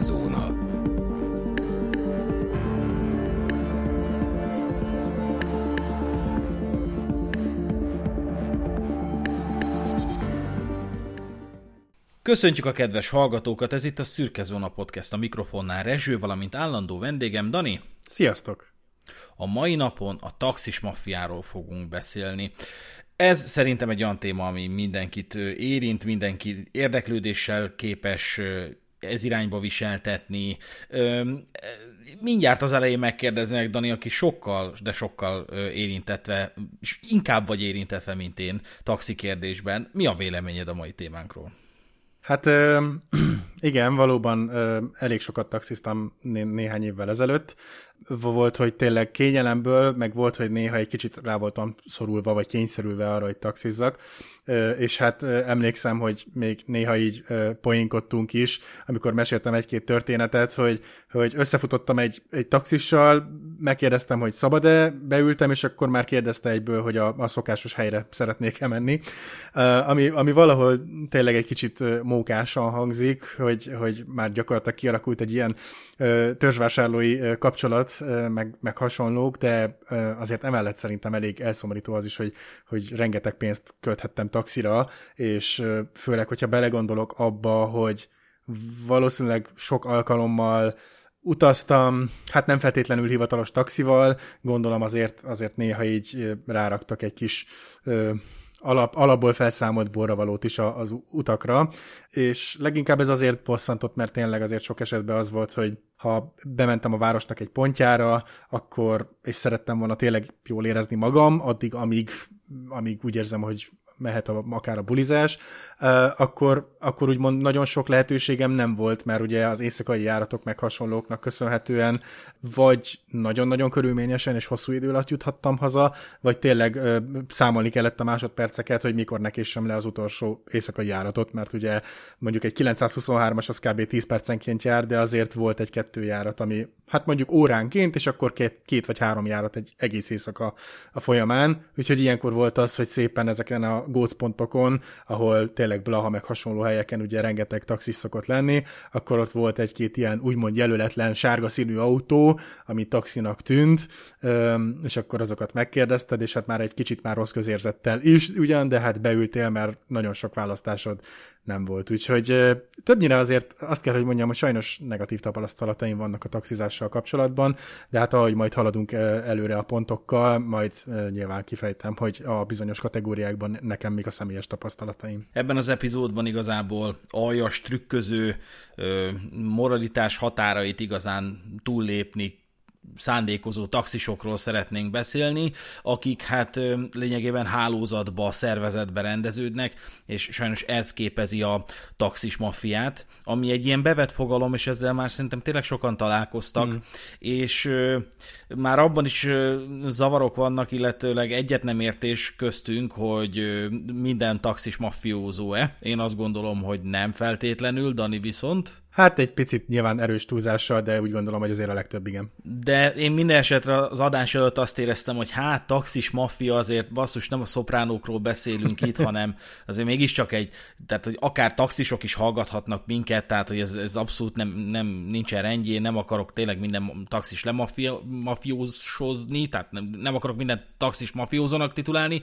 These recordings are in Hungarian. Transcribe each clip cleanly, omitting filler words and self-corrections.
Szürkezóna. Köszöntjük a kedves hallgatókat, ez itt a Szürkezóna Podcast, a mikrofonnál Rezső, valamint állandó vendégem Dani. Sziasztok! A mai napon a taxis maffiáról fogunk beszélni. Ez szerintem egy olyan téma, ami mindenkit érint, mindenki érdeklődéssel képes ez irányba viseltetni. Mindjárt az elején megkérdeznek Dani, aki sokkal, de sokkal érintetve, és inkább vagy érintetve, mint én taxi kérdésben. Mi a véleményed a mai témánkról? Hát igen, valóban elég sokat taxiztam néhány évvel ezelőtt. Volt, hogy tényleg kényelemből, meg volt, hogy néha egy kicsit rá voltam szorulva, vagy kényszerülve arra, hogy taxizzak. És hát emlékszem, hogy még néha így poénkodtunk is, amikor meséltem egy-két történetet, hogy összefutottam egy taxissal, megkérdeztem, hogy szabad-e, beültem, és akkor már kérdezte egyből, hogy a szokásos helyre szeretnék-e menni. Ami valahol tényleg egy kicsit mókásan hangzik, hogy már gyakorlatilag kialakult egy ilyen törzsvásárlói kapcsolat, meg hasonlók, de azért emellett szerintem elég elszomorító az is, hogy rengeteg pénzt költhettem taxira, és főleg, hogyha belegondolok abba, hogy valószínűleg sok alkalommal utaztam, hát nem feltétlenül hivatalos taxival, gondolom azért néha így ráraktak egy kis alapból felszámolt borravalót is az utakra, és leginkább ez azért bosszantott, mert tényleg azért sok esetben az volt, hogy ha bementem a városnak egy pontjára, és szerettem volna tényleg jól érezni magam, addig, amíg úgy érzem, hogy mehet akár a bulizás, akkor úgymond nagyon sok lehetőségem nem volt, mert ugye az éjszakai járatok meg hasonlóknak köszönhetően vagy nagyon-nagyon körülményesen és hosszú idő alatt juthattam haza, vagy tényleg számolni kellett a másodperceket, hogy mikor nekéssem le az utolsó éjszakai járatot, mert ugye mondjuk egy 923-as az kb. 10 percenként jár, de azért volt egy-kettő járat, ami hát mondjuk óránként, és akkor két vagy három járat egy egész éjszaka a folyamán, úgyhogy ilyenkor volt az, hogy szépen ezeken a gócpontokon, ahol tényleg Blaha meg hasonló helyeken ugye rengeteg taxis szokott lenni, akkor ott volt egy-két ilyen úgymond jelöletlen sárga színű autó, ami taxinak tűnt, és akkor azokat megkérdezted, és hát már egy kicsit már rossz közérzettel is ugyan, de hát beültél, mert nagyon sok választásod nem volt. Úgyhogy többnyire azért azt kell, hogy mondjam, hogy sajnos negatív tapasztalataim vannak a taxizással kapcsolatban, de hát ahogy majd haladunk előre a pontokkal, majd nyilván kifejtem, hogy a bizonyos kategóriákban nekem még a személyes tapasztalataim. Ebben az epizódban igazából aljas, trükköző, moralitás határait igazán túllépni szándékozó taxisokról szeretnénk beszélni, akik hát lényegében hálózatba, szervezetbe rendeződnek, és sajnos ez képezi a taxis maffiát, ami egy ilyen bevett fogalom, és ezzel már szerintem tényleg sokan találkoztak, és már abban is zavarok vannak, illetőleg egyet nem értés köztünk, hogy minden taxis maffiózó-e. Én azt gondolom, hogy nem feltétlenül, Dani viszont. Hát egy picit nyilván erős túlzással, de úgy gondolom, hogy azért a legtöbb, igen. De én minden esetre az adás előtt azt éreztem, hogy hát taxis maffia, azért basszus, nem a szopránókról beszélünk itt, hanem azért mégiscsak tehát hogy akár taxisok is hallgathatnak minket, tehát hogy ez abszolút nincsen rendjén, nem akarok tényleg minden taxis lemafiósozni, tehát nem akarok minden taxis mafiózónak titulálni,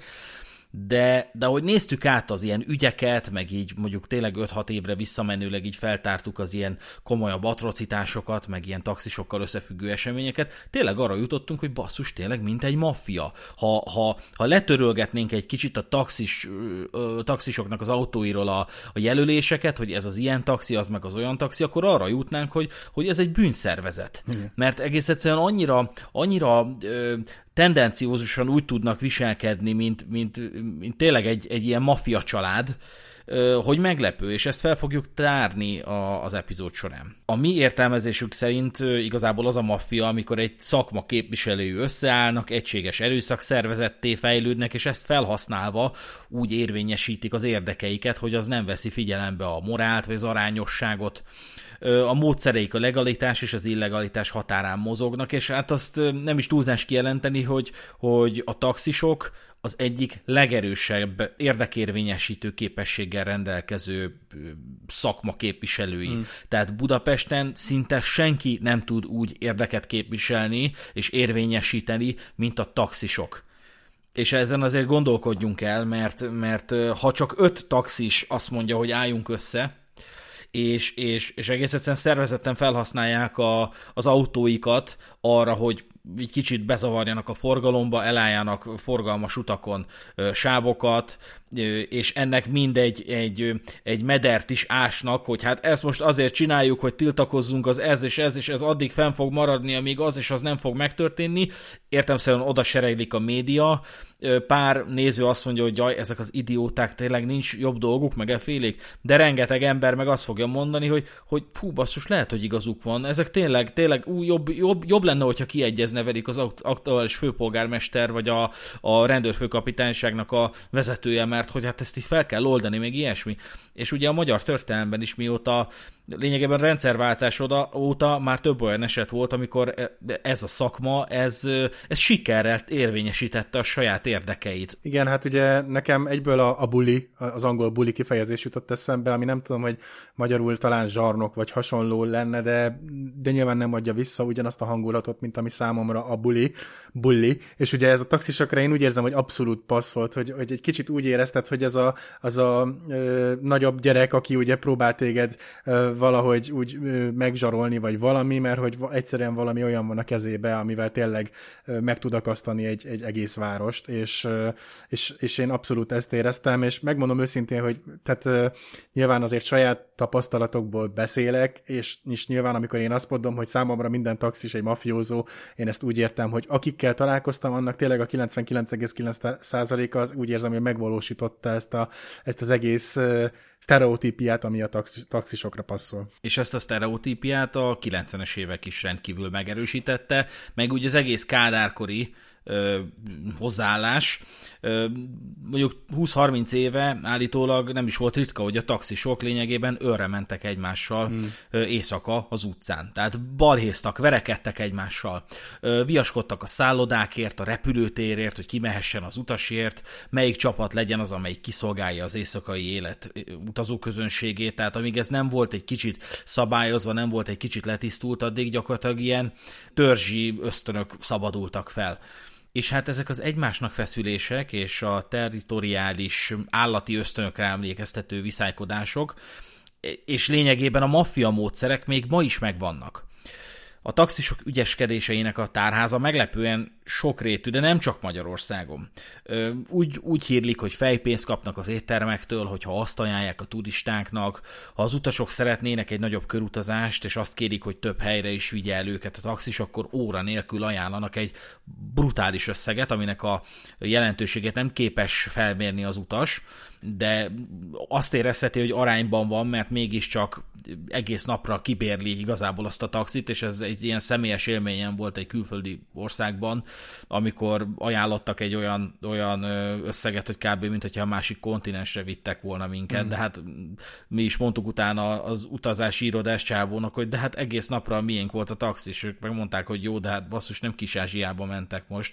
de ahogy néztük át az ilyen ügyeket, meg így mondjuk tényleg 5-6 évre visszamenőleg így feltártuk az ilyen komolyabb atrocitásokat, meg ilyen taxisokkal összefüggő eseményeket, tényleg arra jutottunk, hogy basszus, tényleg mint egy maffia. Ha letörölgetnénk egy kicsit a taxisoknak az autóiról a jelöléseket, hogy ez az ilyen taxi, az meg az olyan taxi, akkor arra jutnánk, hogy ez egy bűnszervezet. Igen. Mert egész egyszerűen annyira tendenciózusan úgy tudnak viselkedni, mint tényleg egy ilyen maffia család, hogy meglepő, és ezt fel fogjuk tárni az epizód során. A mi értelmezésük szerint igazából az a maffia, amikor egy szakma képviselői összeállnak, egységes erőszakszervezetté fejlődnek, és ezt felhasználva úgy érvényesítik az érdekeiket, hogy az nem veszi figyelembe a morált, vagy az arányosságot. A módszereik a legalitás és az illegalitás határán mozognak, és hát azt nem is túlzás kijelenteni, hogy a taxisok az egyik legerősebb érdekérvényesítő képességgel rendelkező szakma képviselői. Tehát Budapesten szinte senki nem tud úgy érdeket képviselni és érvényesíteni, mint a taxisok. És ezen azért gondolkodjunk el, mert ha csak 5 taxis azt mondja, hogy álljunk össze, és egész egyszerűen szervezetten felhasználják az autóikat arra, hogy egy kicsit bezavarjanak a forgalomba, elálljanak forgalmas utakon sávokat, és ennek mindegy egy medert is ásnak, hogy hát ezt most azért csináljuk, hogy tiltakozzunk az és ez addig fenn fog maradni, amíg az és az nem fog megtörténni. Értelemszerűen oda sereglik a média, pár néző azt mondja, hogy jaj, ezek az idióták, tényleg nincs jobb dolguk, meg elfélik, de rengeteg ember meg azt fogja mondani, hogy hú, basszus, lehet, hogy igazuk van, ezek tényleg jobb lenne, hogyha kiegyezne velük az aktuális főpolgármester, vagy a rendőrfőkapitányságnak a vezetője, mert hogy hát ezt így fel kell oldani, még ilyesmi. És ugye a magyar történelemben is mióta lényegében rendszerváltás óta már több olyan eset volt, amikor ez a szakma, ez sikerrel érvényesítette a saját érdekeit. Igen, hát ugye nekem egyből a bully, az angol bully kifejezés jutott eszembe, ami nem tudom, hogy magyarul talán zsarnok vagy hasonló lenne, de nyilván nem adja vissza ugyanazt a hangulatot, mint ami számomra a bully. És ugye ez a taxisokra én úgy érzem, hogy abszolút passzolt, hogy egy kicsit úgy érezted, hogy az a nagyobb gyerek, aki ugye próbál téged valahogy úgy megzsarolni, vagy valami, mert hogy egyszerűen valami olyan van a kezébe, amivel tényleg meg tud akasztani egy egész várost, és én abszolút ezt éreztem, és megmondom őszintén, hogy tehát nyilván azért saját tapasztalatokból beszélek, és nyilván amikor én azt mondom, hogy számomra minden taxis egy mafiózó, én ezt úgy értem, hogy akikkel találkoztam, annak tényleg a 99,9%-a az úgy érzem, hogy megvalósította ezt az egész sztereotípiát, ami a taxisokra passzol. És ezt a sztereotípiát a 90-es évek is rendkívül megerősítette, meg úgy az egész kádárkori hozzáállás. Mondjuk 20-30 éve állítólag nem is volt ritka, hogy a taxisok lényegében őrre mentek egymással éjszaka az utcán. Tehát balhéztak, verekedtek egymással, viaskodtak a szállodákért, a repülőtérért, hogy kimehessen az utasért, melyik csapat legyen az, amelyik kiszolgálja az éjszakai élet utazóközönségét. Tehát amíg ez nem volt egy kicsit szabályozva, nem volt egy kicsit letisztult, addig gyakorlatilag ilyen törzsi ösztönök szabadultak fel. És hát ezek az egymásnak feszülések és a territoriális állati ösztönökre emlékeztető viszálykodások, és lényegében a maffia módszerek még ma is megvannak. A taxisok ügyeskedéseinek a tárháza meglepően sokrétű, de nem csak Magyarországon. Úgy hírlik, hogy fejpénzt kapnak az éttermektől, hogyha azt ajánlják a turistáknak, ha az utasok szeretnének egy nagyobb körutazást, és azt kérik, hogy több helyre is vigye el őket a taxis, akkor óra nélkül ajánlanak egy brutális összeget, aminek a jelentőségét nem képes felmérni az utas, de azt érezheti, hogy arányban van, mert mégiscsak egész napra kibérli igazából azt a taxit, és ez egy ilyen személyes élményem volt egy külföldi országban, amikor ajánlottak egy olyan összeget, hogy kb. Mint hogyha a másik kontinensre vittek volna minket, de hát mi is mondtuk utána az utazási irodás csávónak, hogy de hát egész napra miénk volt a taxis, ők megmondták, hogy jó, de hát basszus, nem Kis-Ázsiába mentek most.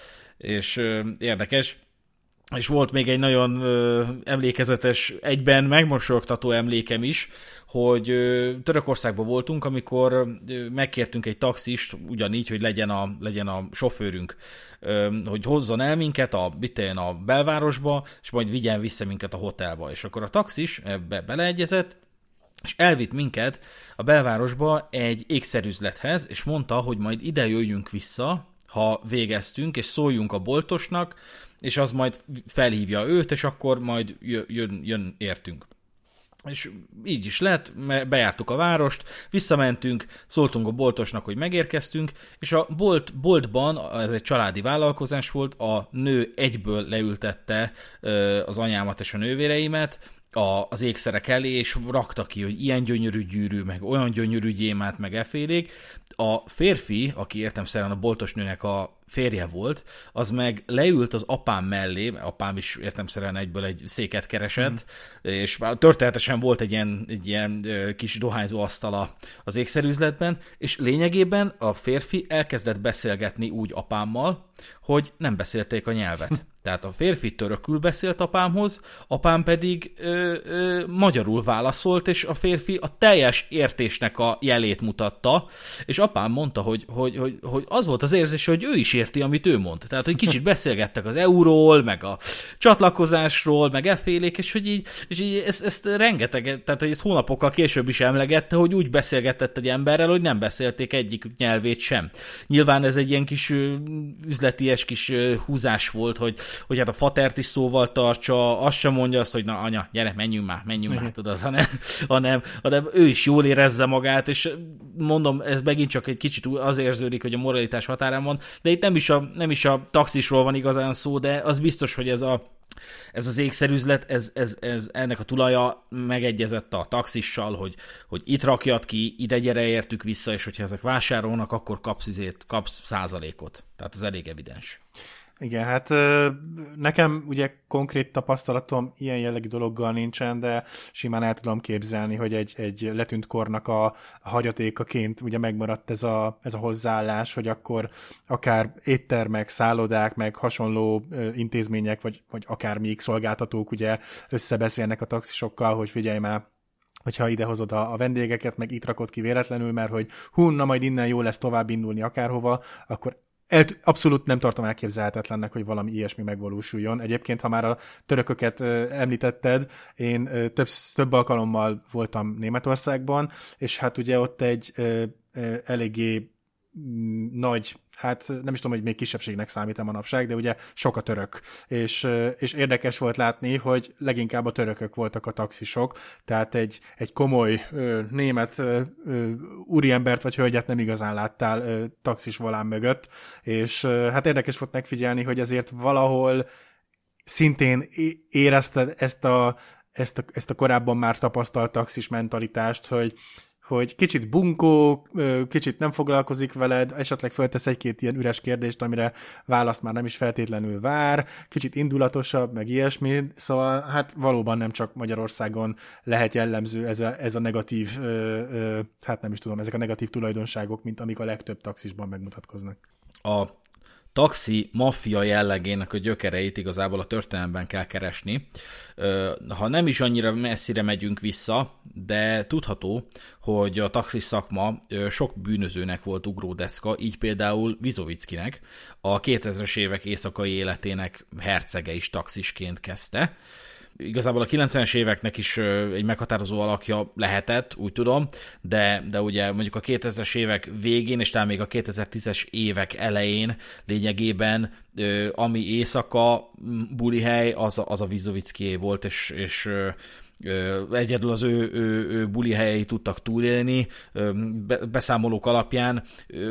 És érdekes. És volt még egy nagyon emlékezetes, egyben megmosolyogtató emlékem is, hogy Törökországban voltunk, amikor megkértünk egy taxist, ugyanígy, hogy legyen a sofőrünk, hogy hozzon el minket a belvárosba, és majd vigyen vissza minket a hotelba. És akkor a taxis ebbe beleegyezett, és elvitt minket a belvárosba egy ékszerüzlethez, és mondta, hogy majd ide jöjjünk vissza, ha végeztünk, és szóljunk a boltosnak, és az majd felhívja őt, és akkor majd jön értünk. És így is lett, bejártuk a várost, visszamentünk, szóltunk a boltosnak, hogy megérkeztünk, és a boltban, ez egy családi vállalkozás volt, a nő egyből leültette az anyámat és a nővéreimet az ékszerek elé, és rakta ki, hogy ilyen gyönyörű gyűrű, meg olyan gyönyörű gyémát, meg efélék. A férfi, aki értelemszerűen a boltos nőnek a férje volt, az meg leült az apám mellé, apám is értelemszerűen egyből egy széket keresett, és történetesen volt egy ilyen kis dohányzó asztala az ékszerüzletben, és lényegében a férfi elkezdett beszélgetni úgy apámmal, hogy nem beszélték a nyelvet. Tehát a férfi törökül beszélt apámhoz, apám pedig magyarul válaszolt, és a férfi a teljes értésnek a jelét mutatta, és apám mondta, hogy az volt az érzés, hogy ő is érti, amit ő mond. Tehát, hogy kicsit beszélgettek az euról, meg a csatlakozásról, meg effélék, és hogy így ezt rengeteg, tehát hogy ezt hónapokkal később is emlegette, hogy úgy beszélgetett egy emberrel, hogy nem beszélték egyik nyelvét sem. Nyilván ez egy ilyen kis üzleties kis húzás volt, hogy hát a fatert is szóval tartsa, azt sem mondja azt, hogy na anya, gyere, menjünk már, tudod, hanem ő is jól érezze magát, és mondom, ez megint csak egy kicsit az érződik, hogy a moralitás határán van, de itt nem is a taxisról van igazán szó, de az biztos, hogy ez az ékszerüzlet, ez ennek a tulaja megegyezett a taxissal, hogy itt rakjad ki, ide gyere értük vissza, és hogyha ezek vásárolnak, akkor kapsz százalékot. Tehát ez elég evidens. Igen, hát nekem ugye konkrét tapasztalatom ilyen jellegű dologgal nincsen, de simán el tudom képzelni, hogy egy letűnt kornak a hagyatékaként ugye megmaradt ez a hozzáállás, hogy akkor akár éttermek, szállodák, meg hasonló intézmények, vagy akár még szolgáltatók ugye összebeszélnek a taxisokkal, hogy figyelj már, hogyha idehozod a vendégeket, meg itt rakod ki véletlenül, mert hogy na majd innen jó lesz tovább indulni akárhova, akkor abszolút nem tartom elképzelhetetlennek, hogy valami ilyesmi megvalósuljon. Egyébként, ha már a törököket említetted, én több alkalommal voltam Németországban, és hát ugye ott egy eléggé nagy, hát nem is tudom, hogy még kisebbségnek számít-e manapság, de ugye sok a török. És érdekes volt látni, hogy leginkább a törökök voltak a taxisok, tehát egy komoly német úriembert vagy hölgyet nem igazán láttál taxis volán mögött, és hát érdekes volt megfigyelni, hogy azért valahol szintén érezted ezt a korábban már tapasztalt taxis mentalitást, hogy kicsit bunkó, kicsit nem foglalkozik veled, esetleg föltesz egy-két ilyen üres kérdést, amire választ már nem is feltétlenül vár, kicsit indulatosabb, meg ilyesmi, szóval hát valóban nem csak Magyarországon lehet jellemző ez a negatív, hát nem is tudom, ezek a negatív tulajdonságok, mint amik a legtöbb taxisban megmutatkoznak. A taxi maffia jellegének a gyökereit igazából a történelemben kell keresni. Ha nem is annyira messzire megyünk vissza, de tudható, hogy a taxis szakma sok bűnözőnek volt ugródeszka, így például Vizovickinek a 2000-es évek éjszakai életének hercege is taxisként kezdte. Igazából a 90-es éveknek is egy meghatározó alakja lehetett, úgy tudom, de ugye mondjuk a 2000-es évek végén, és talán még a 2010-es évek elején lényegében ami éjszaka bulihely, az a Vizovickié volt, és egyedül az ő buli helyei tudtak túlélni, beszámolók alapján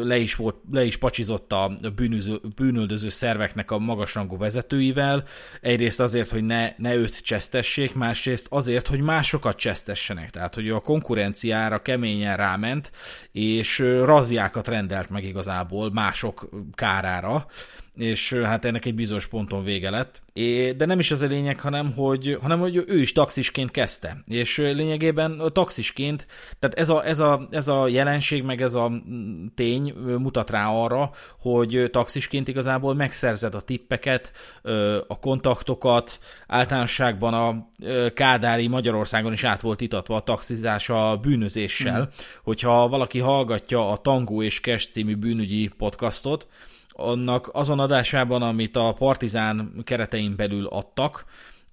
le is pacsizott a bűnüldöző szerveknek a magasrangú vezetőivel, egyrészt azért, hogy ne őt csesztessék, másrészt azért, hogy másokat csesztessenek, tehát hogy a konkurenciára keményen ráment, és razziákat rendelt meg igazából mások kárára, és hát ennek egy bizonyos ponton vége lett. De nem is az a lényeg, hanem hogy ő is taxisként kezdte. És lényegében taxisként, tehát ez a jelenség, meg ez a tény mutat rá arra, hogy taxisként igazából megszerzed a tippeket, a kontaktokat, általánosságban a kádári Magyarországon is át volt itatva a taxizás a bűnözéssel. Hogyha valaki hallgatja a Tangó és Cash című bűnügyi podcastot, annak azon adásában, amit a Partizán keretein belül adtak,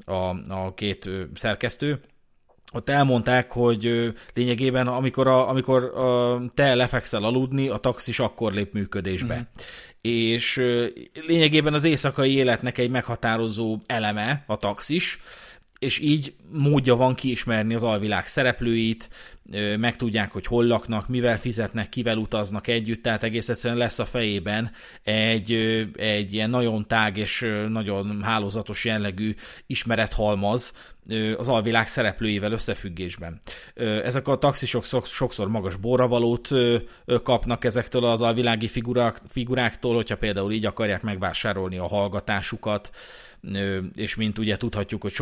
a két szerkesztő, ott elmondták, hogy lényegében amikor te lefekszel aludni, a taxis akkor lép működésbe. És lényegében az éjszakai életnek egy meghatározó eleme a taxis, és így módja van kiismerni az alvilág szereplőit, megtudják, hogy hol laknak, mivel fizetnek, kivel utaznak együtt, tehát egész egyszerűen lesz a fejében egy ilyen nagyon tág és nagyon hálózatos jellegű ismerethalmaz az alvilág szereplőivel összefüggésben. Ezek a taxisok sokszor magas borravalót kapnak ezektől az alvilági figuráktól, hogyha például így akarják megvásárolni a hallgatásukat, és mint ugye tudhatjuk, hogy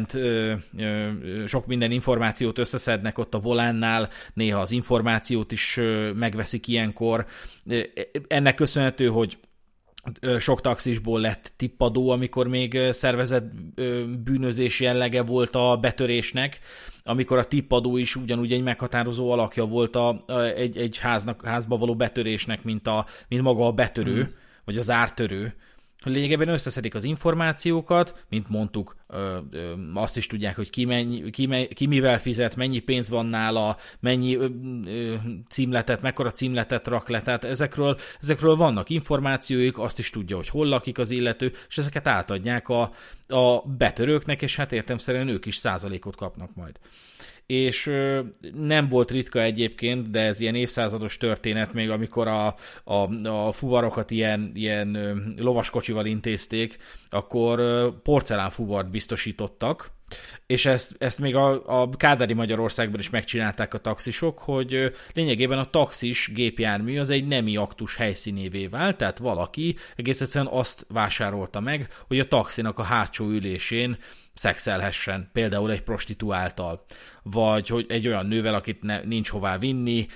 sok minden információt összeszednek ott a volánnál, néha az információt is megveszik ilyenkor. Ennek köszönhető, hogy sok taxisból lett tippadó, amikor még szervezett bűnözés jellege volt a betörésnek, amikor a tippadó is ugyanúgy egy meghatározó alakja volt egy házba való betörésnek, mint maga a betörő, vagy az ártörő. Lényegében összeszedik az információkat, mint mondtuk, azt is tudják, hogy ki mivel fizet, mennyi pénz van nála, mennyi címletet, mekkora címletet rak le, tehát ezekről vannak információik, azt is tudja, hogy hol lakik az illető, és ezeket átadják a betörőknek, és hát értelemszerűen ők is százalékot kapnak majd. És nem volt ritka egyébként, de ez ilyen évszázados történet még, amikor a fuvarokat ilyen lovaskocsival intézték, akkor porcelánfuvart biztosítottak, és ezt még a kádári Magyarországban is megcsinálták a taxisok, hogy lényegében a taxis gépjármű az egy nemi aktus helyszínévé vált, tehát valaki egész egyszerűen azt vásárolta meg, hogy a taxinak a hátsó ülésén szexelhessen, például egy prostituáltal, vagy hogy egy olyan nővel, akit nincs hová vinni,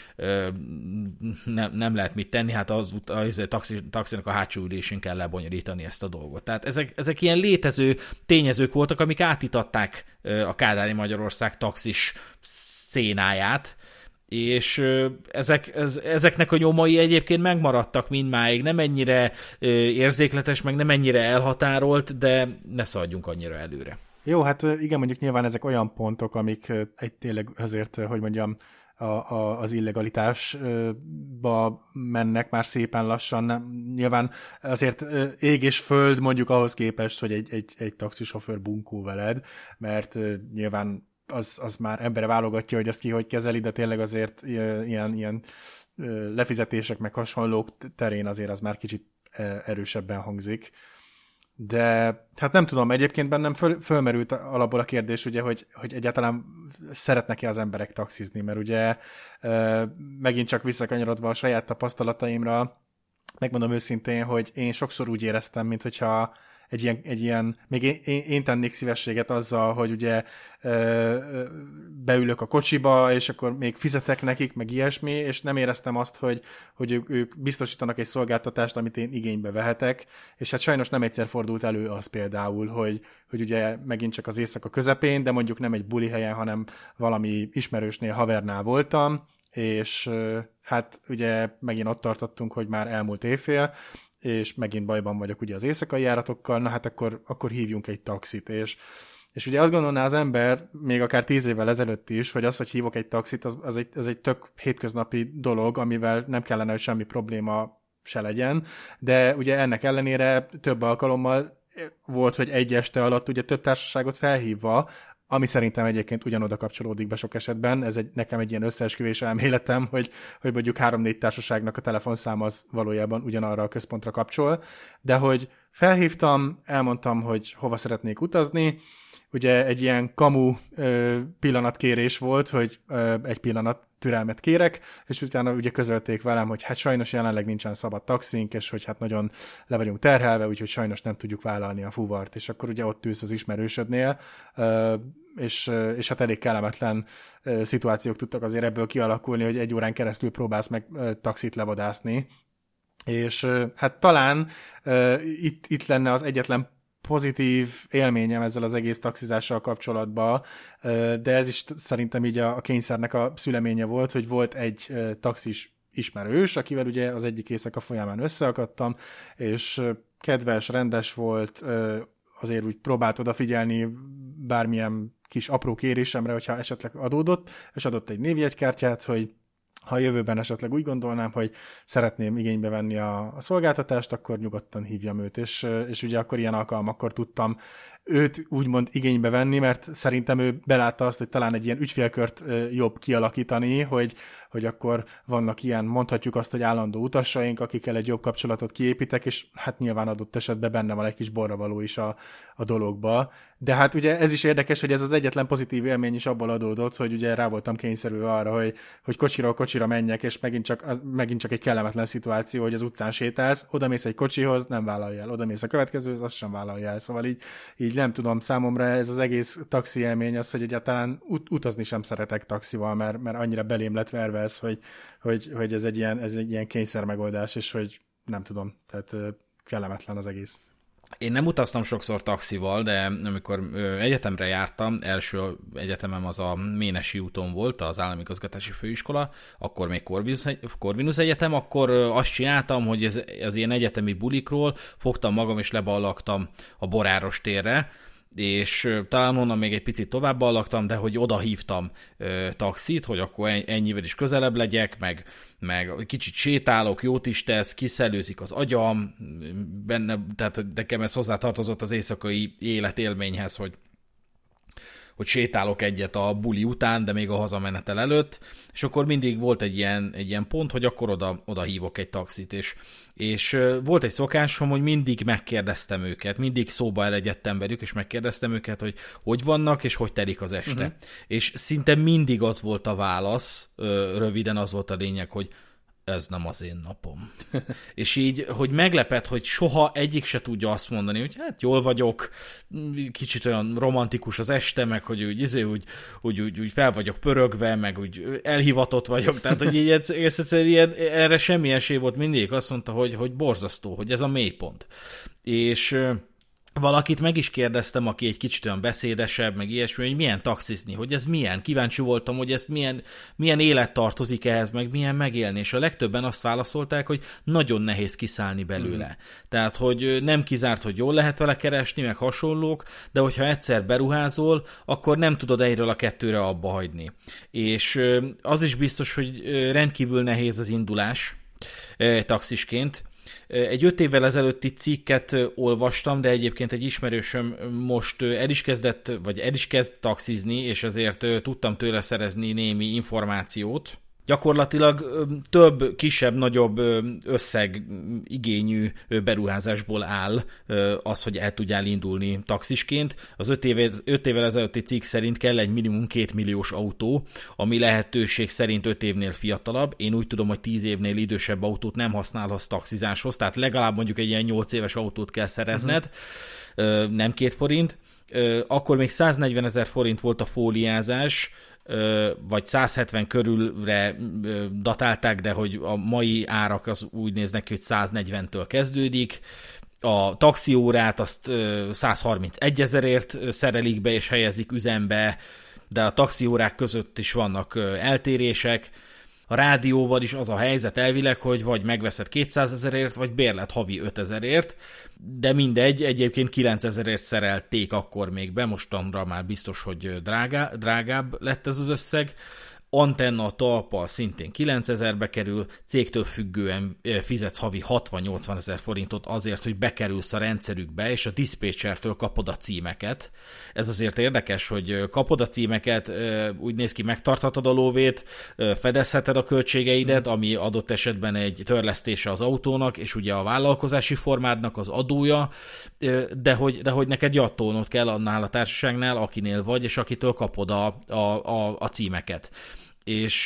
nem lehet mit tenni, hát az taxinak a hátsó ülésén kell lebonyolítani ezt a dolgot. Tehát ezek ilyen létező tényezők voltak, amik átítatták a kádári Magyarország taxis szénáját, és ezeknek a nyomai egyébként megmaradtak mindmáig, nem ennyire érzékletes, meg nem ennyire elhatárolt, de ne szaladjunk annyira előre. Jó, hát igen, mondjuk nyilván ezek olyan pontok, amik tényleg azért, hogy mondjam, az illegalitásba mennek már szépen lassan. Nyilván azért ég és föld mondjuk ahhoz képest, hogy egy taxisofőr bunkó veled, mert nyilván az már embere válogatja, hogy azt ki hogy kezeli, de tényleg azért ilyen lefizetések meg hasonlók terén azért az már kicsit erősebben hangzik. De hát nem tudom, egyébként bennem fölmerült alapból a kérdés, ugye, hogy egyáltalán szeretnek-e az emberek taxizni, mert ugye megint csak visszakanyarodva a saját tapasztalataimra, megmondom őszintén, hogy én sokszor úgy éreztem, mint hogyha egy ilyen még én tennék szívességet azzal, hogy ugye beülök a kocsiba, és akkor még fizetek nekik, meg ilyesmi, és nem éreztem azt, hogy ők biztosítanak egy szolgáltatást, amit én igénybe vehetek, és hát sajnos nem egyszer fordult elő az például, hogy ugye megint csak az éjszaka közepén, de mondjuk nem egy buli helyen, hanem valami ismerősnél, havernál voltam, és hát ugye megint ott tartottunk, hogy már elmúlt éjfél, és megint bajban vagyok ugye az éjszakai járatokkal, na hát akkor hívjunk egy taxit, és ugye azt gondolná az ember, még akár 10 évvel ezelőtt is, hogy az, hogy hívok egy taxit, az egy tök hétköznapi dolog, amivel nem kellene, hogy semmi probléma se legyen, de ugye ennek ellenére több alkalommal volt, hogy egy este alatt ugye több társaságot felhívva, ami szerintem egyébként ugyanoda kapcsolódik be sok esetben. Ez nekem egy ilyen összeesküvés elméletem, hogy mondjuk 3-4 társaságnak a telefonszáma az valójában ugyanarra a központra kapcsol, de hogy felhívtam, elmondtam, hogy hova szeretnék utazni, ugye egy ilyen kamu pillanatkérés volt, hogy egy pillanat türelmet kérek, és utána ugye közölték velem, hogy hát sajnos jelenleg nincsen szabad taxink, és hogy hát nagyon le vagyunk terhelve, úgyhogy sajnos nem tudjuk vállalni a fuvart, és akkor ugye ott ülsz az ismerősödnél, és hát elég kellemetlen szituációk tudtak azért ebből kialakulni, hogy 1 órán keresztül próbálsz meg taxit levadászni, és hát talán itt lenne az egyetlen pozitív élményem ezzel az egész taxizással kapcsolatban, de ez is szerintem így a kényszernek a szüleménye volt, hogy volt egy taxis ismerős, akivel ugye az egyik éjszaka folyamán összeakadtam, és kedves, rendes volt, azért úgy próbált odafigyelni bármilyen kis apró kérésemre, hogyha esetleg adódott, és adott egy névjegykártyát, hogy ha a jövőben esetleg úgy gondolnám, hogy szeretném igénybe venni a szolgáltatást, akkor nyugodtan hívjam őt, és ugye akkor ilyen alkalmakkor tudtam őt úgymond igénybe venni, mert szerintem ő belátta azt, hogy talán egy ilyen ügyfélkört jobb kialakítani, hogy akkor vannak ilyen, mondhatjuk azt, hogy állandó utasaink, akikkel egy jobb kapcsolatot kiépítek, és hát nyilván adott esetben benne van egy kis borravaló is a dologba. De hát ugye ez is érdekes, hogy ez az egyetlen pozitív élmény is abból adódott, hogy ugye rá voltam kényszerülve arra, hogy kocsira menjek, és megint csak egy kellemetlen szituáció, hogy az utcán sétálsz, odamész egy kocsihoz, nem vállalja el, odamész a következőhöz, azt sem vállalja el. Szóval így nem tudom, számomra ez az egész taxi élmény az, hogy egyáltalán utazni sem szeretek taxival, mert annyira belém lett verve ez, hogy ez egy ilyen kényszer megoldás, és hogy nem tudom, tehát kellemetlen az egész. Én nem utaztam sokszor taxival, de amikor egyetemre jártam, első egyetemem az a Ménesi úton volt, az Állami Igazgatási Főiskola, akkor még Corvinus Egyetem, akkor azt csináltam, hogy az ilyen egyetemi bulikról fogtam magam és leballagtam a Boráros térre, és talán onnan még egy picit tovább ballagtam, de hogy oda hívtam taxit, hogy akkor ennyivel is közelebb legyek, meg kicsit sétálok, jót is tesz, kiszelőzik az agyam, benne, tehát nekem ez hozzátartozott az éjszakai életélményhez, hogy sétálok egyet a buli után, de még a hazamenetel előtt, és akkor mindig volt egy ilyen pont, hogy akkor oda hívok egy taxit, és volt egy szokásom, hogy mindig megkérdeztem őket, mindig szóba elegyedtem velük, és megkérdeztem őket, hogy vannak, és hogy telik az este. Uh-huh. És szinte mindig az volt a válasz, röviden az volt a lényeg, hogy ez nem az én napom. És így, hogy meglepett, hogy soha egyik se tudja azt mondani, hogy hát jól vagyok, kicsit olyan romantikus az este, meg hogy úgy fel vagyok pörögve, meg úgy elhivatott vagyok, tehát hogy így egyszerűen erre semmi esély volt, mindig azt mondta, hogy borzasztó, hogy ez a mélypont. És valakit meg is kérdeztem, aki egy kicsit olyan beszédesebb, meg ilyesmi, hogy milyen taxizni, hogy ez milyen. Kíváncsi voltam, hogy ez milyen élet tartozik ehhez, meg milyen megélni. És a legtöbben azt válaszolták, hogy nagyon nehéz kiszállni belőle. Mm. Tehát, hogy nem kizárt, hogy jól lehet vele keresni, meg hasonlók, de hogyha egyszer beruházol, akkor nem tudod egyről a kettőre abba hagyni. És az is biztos, hogy rendkívül nehéz az indulás taxisként. Egy 5 évvel ezelőtti cikket olvastam, de egyébként egy ismerősöm most el is kezd taxizni, és ezért tudtam tőle szerezni némi információt. Gyakorlatilag több kisebb-nagyobb összegigényű beruházásból áll az, hogy el tudjál indulni taxisként. Az 5 évvel ezelőtti cikk szerint kell egy minimum 2 milliós autó, ami lehetőség szerint 5 évnél fiatalabb. Én úgy tudom, hogy 10 évnél idősebb autót nem használhatsz taxizáshoz, tehát legalább mondjuk egy ilyen 8 éves autót kell szerezned, nem 2 forint. Akkor még 140 000 forint volt a fóliázás, vagy 170 körülre datálták, de hogy a mai árak az úgy néznek ki, hogy 140-től kezdődik. A taxiórát azt 131 000-ért szerelik be és helyezik üzembe, de a taxiórák között is vannak eltérések. A rádióval is az a helyzet elvileg, hogy vagy megveszed 200 000-ért, vagy bérlet havi 5 000-ért, de mindegy, egyébként 9 000-ért szerelték akkor még be, mostanra már biztos, hogy drágább lett ez az összeg. Antenna, talpa szintén 9 000-be kerül, cégtől függően fizetsz havi 60-80 000 forintot azért, hogy bekerülsz a rendszerükbe, és a diszpécsertől kapod a címeket. Ez azért érdekes, hogy kapod a címeket, úgy néz ki, megtarthatod a lóvét, fedezheted a költségeidet, ami adott esetben egy törlesztése az autónak, és ugye a vállalkozási formádnak az adója, de hogy neked jattolnod kell annál a társaságnál, akinél vagy, és akitől kapod a címeket. És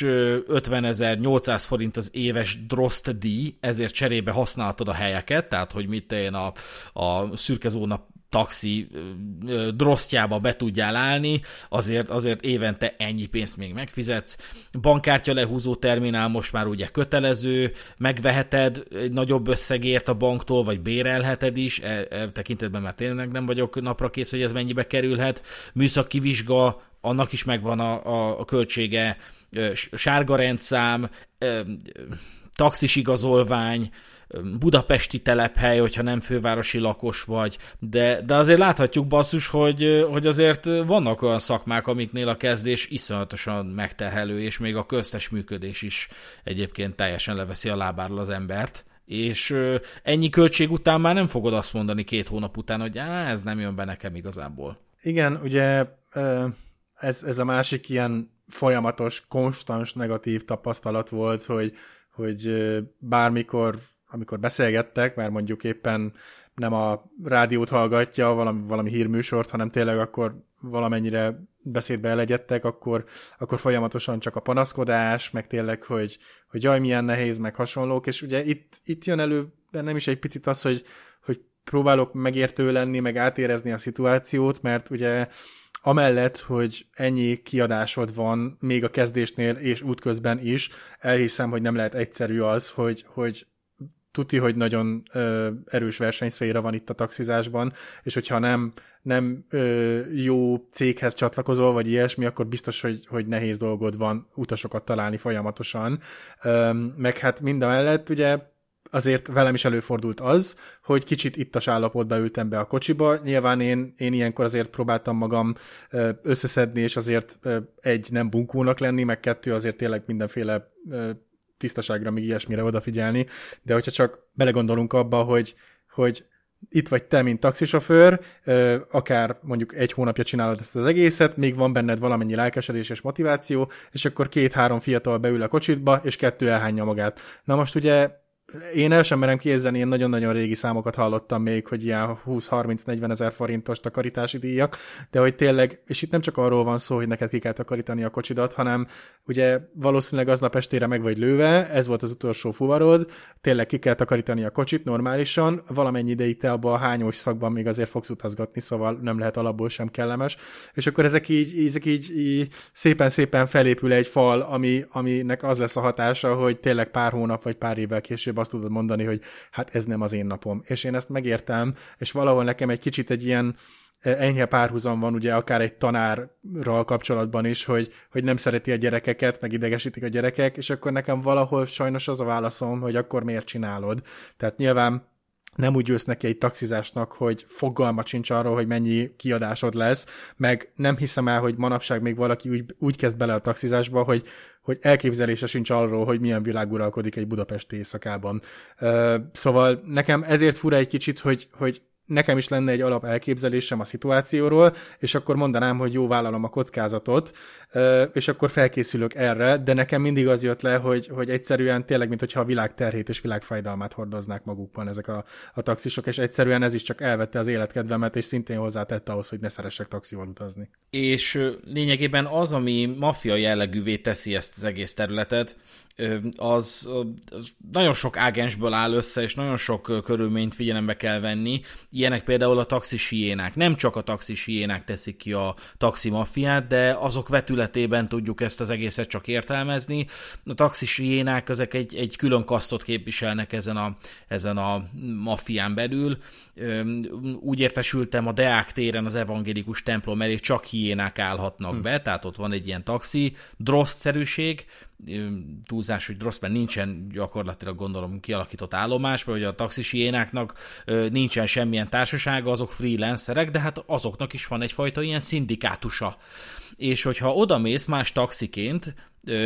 50 800 forint az éves droszt díj, ezért cserébe használhatod a helyeket, tehát hogy mit én a szürkezóna taxi drosztjába be tudjál állni, azért évente ennyi pénzt még megfizetsz. Bankkártya lehúzó terminál most már ugye kötelező, megveheted egy nagyobb összegért a banktól, vagy bérelheted is, tekintetben már tényleg nem vagyok napra kész, hogy ez mennyibe kerülhet. Műszaki vizsga, annak is megvan a költsége, sárga rendszám, taxis igazolvány, budapesti telephely, hogyha nem fővárosi lakos vagy, de azért láthatjuk, basszus, hogy azért vannak olyan szakmák, amiknél a kezdés iszonyatosan megterhelő, és még a köztes működés is egyébként teljesen leveszi a lábáról az embert, és ennyi költség után már nem fogod azt mondani 2 hónap után, hogy ez nem jön be nekem igazából. Igen, ugye ez a másik ilyen folyamatos, konstans negatív tapasztalat volt, hogy bármikor, amikor beszélgettek, mert mondjuk éppen nem a rádiót hallgatja, valami hírműsort, hanem tényleg akkor valamennyire beszédbe elegyedtek, akkor folyamatosan csak a panaszkodás, meg tényleg, hogy jaj, milyen nehéz, meg hasonlók, és ugye itt jön elő bennem is egy picit az, hogy próbálok megértő lenni, meg átérezni a szituációt, mert ugye amellett, hogy ennyi kiadásod van még a kezdésnél és útközben is, elhiszem, hogy nem lehet egyszerű az, hogy tuti, hogy nagyon erős versenyszféra van itt a taxizásban, és hogyha nem jó céghez csatlakozol, vagy ilyesmi, akkor biztos, hogy nehéz dolgod van utasokat találni folyamatosan. Meg hát mindamellett ugye azért velem is előfordult az, hogy kicsit ittas állapotba ültem be a kocsiba. Nyilván én ilyenkor azért próbáltam magam összeszedni, és azért egy, nem bunkónak lenni, meg kettő, azért tényleg mindenféle tisztaságra, még ilyesmire odafigyelni. De hogyha csak belegondolunk abba, hogy itt vagy te, mint taxisofőr, akár mondjuk 1 hónapja csinálod ezt az egészet, még van benned valamennyi lelkesedés és motiváció, és akkor 2-3 fiatal beül a kocsitba, és 2 elhányja magát. Na most ugye én el sem merem képzelni, én nagyon-nagyon régi számokat hallottam még, hogy ilyen 20-30-40 ezer forintos takarítási díjak, de hogy tényleg, és itt nem csak arról van szó, hogy neked ki kell takarítani a kocsidat, hanem ugye valószínűleg aznap estére meg vagy lőve, ez volt az utolsó fuvarod, tényleg ki kell takarítani a kocsit normálisan, valamennyi ideig te abban a hányós szakban még azért fogsz utazgatni, szóval nem lehet alapból sem kellemes, és akkor ezek így szépen-szépen felépül egy fal, aminek az lesz a hatása, hogy tényleg pár hónap vagy pár évvel később azt tudod mondani, hogy hát ez nem az én napom. És én ezt megértem, és valahol nekem egy kicsit egy ilyen enyhe párhuzam van, ugye akár egy tanárral kapcsolatban is, hogy nem szereti a gyerekeket, meg idegesítik a gyerekek, és akkor nekem valahol sajnos az a válaszom, hogy akkor miért csinálod. Tehát nyilván nem úgy jössz neki egy taxizásnak, hogy fogalmat sincs arról, hogy mennyi kiadásod lesz, meg nem hiszem el, hogy manapság még valaki úgy kezd bele a taxizásba, hogy elképzelése sincs arról, hogy milyen világ uralkodik egy budapesti éjszakában. Szóval nekem ezért fura egy kicsit, hogy nekem is lenne egy alap elképzelésem a szituációról, és akkor mondanám, hogy jó, vállalom a kockázatot, és akkor felkészülök erre, de nekem mindig az jött le, hogy egyszerűen tényleg, mintha a világ terhét és világfájdalmát hordoznák magukban ezek a taxisok, és egyszerűen ez is csak elvette az életkedvemet, és szintén hozzátette ahhoz, hogy ne szeressek taxival utazni. És lényegében az, ami maffia jellegűvé teszi ezt az egész területet, az nagyon sok ágensből áll össze, és nagyon sok körülményt figyelembe kell venni. Ilyenek például a taxis hiénák. Nem csak a taxis hiénák teszik ki a taxi maffiát, de azok vetületében tudjuk ezt az egészet csak értelmezni. A taxis hiénák ezek egy külön kasztot képviselnek ezen a maffián belül. Úgy értesültem, a Deák téren az evangélikus templom elé csak hiénák állhatnak be, tehát ott van egy ilyen taxi drosztszerűség, túlzás, hogy Drosztben nincsen gyakorlatilag gondolom kialakított állomás, vagy a taxis hiénáknak nincsen semmilyen társasága, azok freelancerek, de hát azoknak is van egyfajta ilyen szindikátusa. És hogyha odamész más taxiként,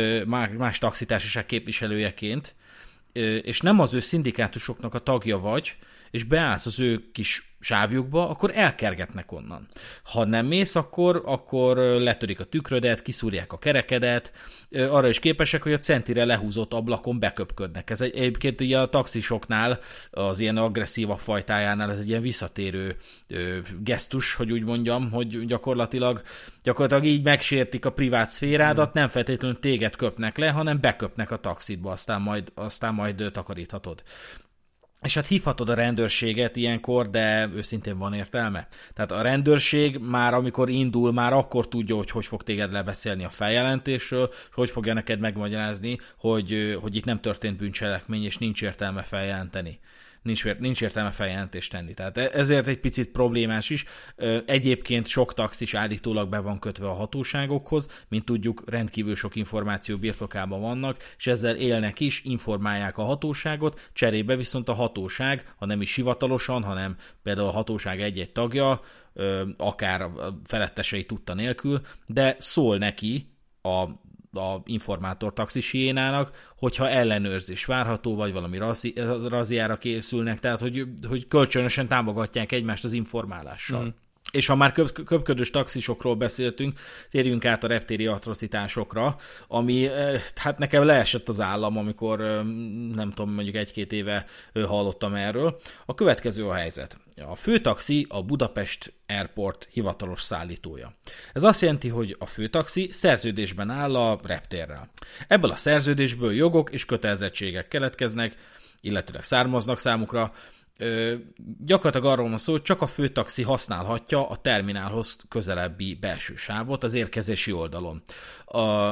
más taxitársaság képviselőjeként, és nem az ő szindikátusoknak a tagja vagy, és beállsz az ő kis sávjukba, akkor elkergetnek onnan. Ha nem mész, akkor letörik a tükrödet, kiszúrják a kerekedet, arra is képesek, hogy a centire lehúzott ablakon beköpködnek. Ez egyébként ugye a taxisoknál, az ilyen agresszívabb fajtájánál ez egy ilyen visszatérő gesztus, hogy úgy mondjam, hogy gyakorlatilag így megsértik a privát szférádat, nem feltétlenül téged köpnek le, hanem beköpnek a taxitba, aztán majd takaríthatod. És hát hívhatod a rendőrséget ilyenkor, de őszintén van értelme. Tehát a rendőrség már amikor indul, már akkor tudja, hogy fog téged lebeszélni a feljelentésről, és hogy fogja neked megmagyarázni, hogy itt nem történt bűncselekmény, és nincs értelme feljelenteni. Nincs értelme feljelentést tenni. Tehát ezért egy picit problémás is. Egyébként sok taxis állítólag be van kötve a hatóságokhoz, mint tudjuk, rendkívül sok információ birtokában vannak, és ezzel élnek is, informálják a hatóságot, cserébe viszont a hatóság, ha nem is hivatalosan, hanem például a hatóság egy-egy tagja, akár a felettesei tudta nélkül, de szól neki a informátor taxis hiénának, hogyha ellenőrzés várható, vagy valami razziára készülnek, tehát hogy kölcsönösen támogatják egymást az informálással. És ha már köpködős taxisokról beszéltünk, térjünk át a reptéri atrocitásokra, ami hát nekem leesett az állam, amikor nem tudom, mondjuk 1-2 éve hallottam erről. A következő a helyzet. A főtaxi a Budapest Airport hivatalos szállítója. Ez azt jelenti, hogy a főtaxi szerződésben áll a reptérrel. Ebből a szerződésből jogok és kötelezettségek keletkeznek, illetve származnak számukra. Gyakorlatilag arról van szó, hogy csak a főtaxi használhatja a terminálhoz közelebbi belső sávot az érkezési oldalon.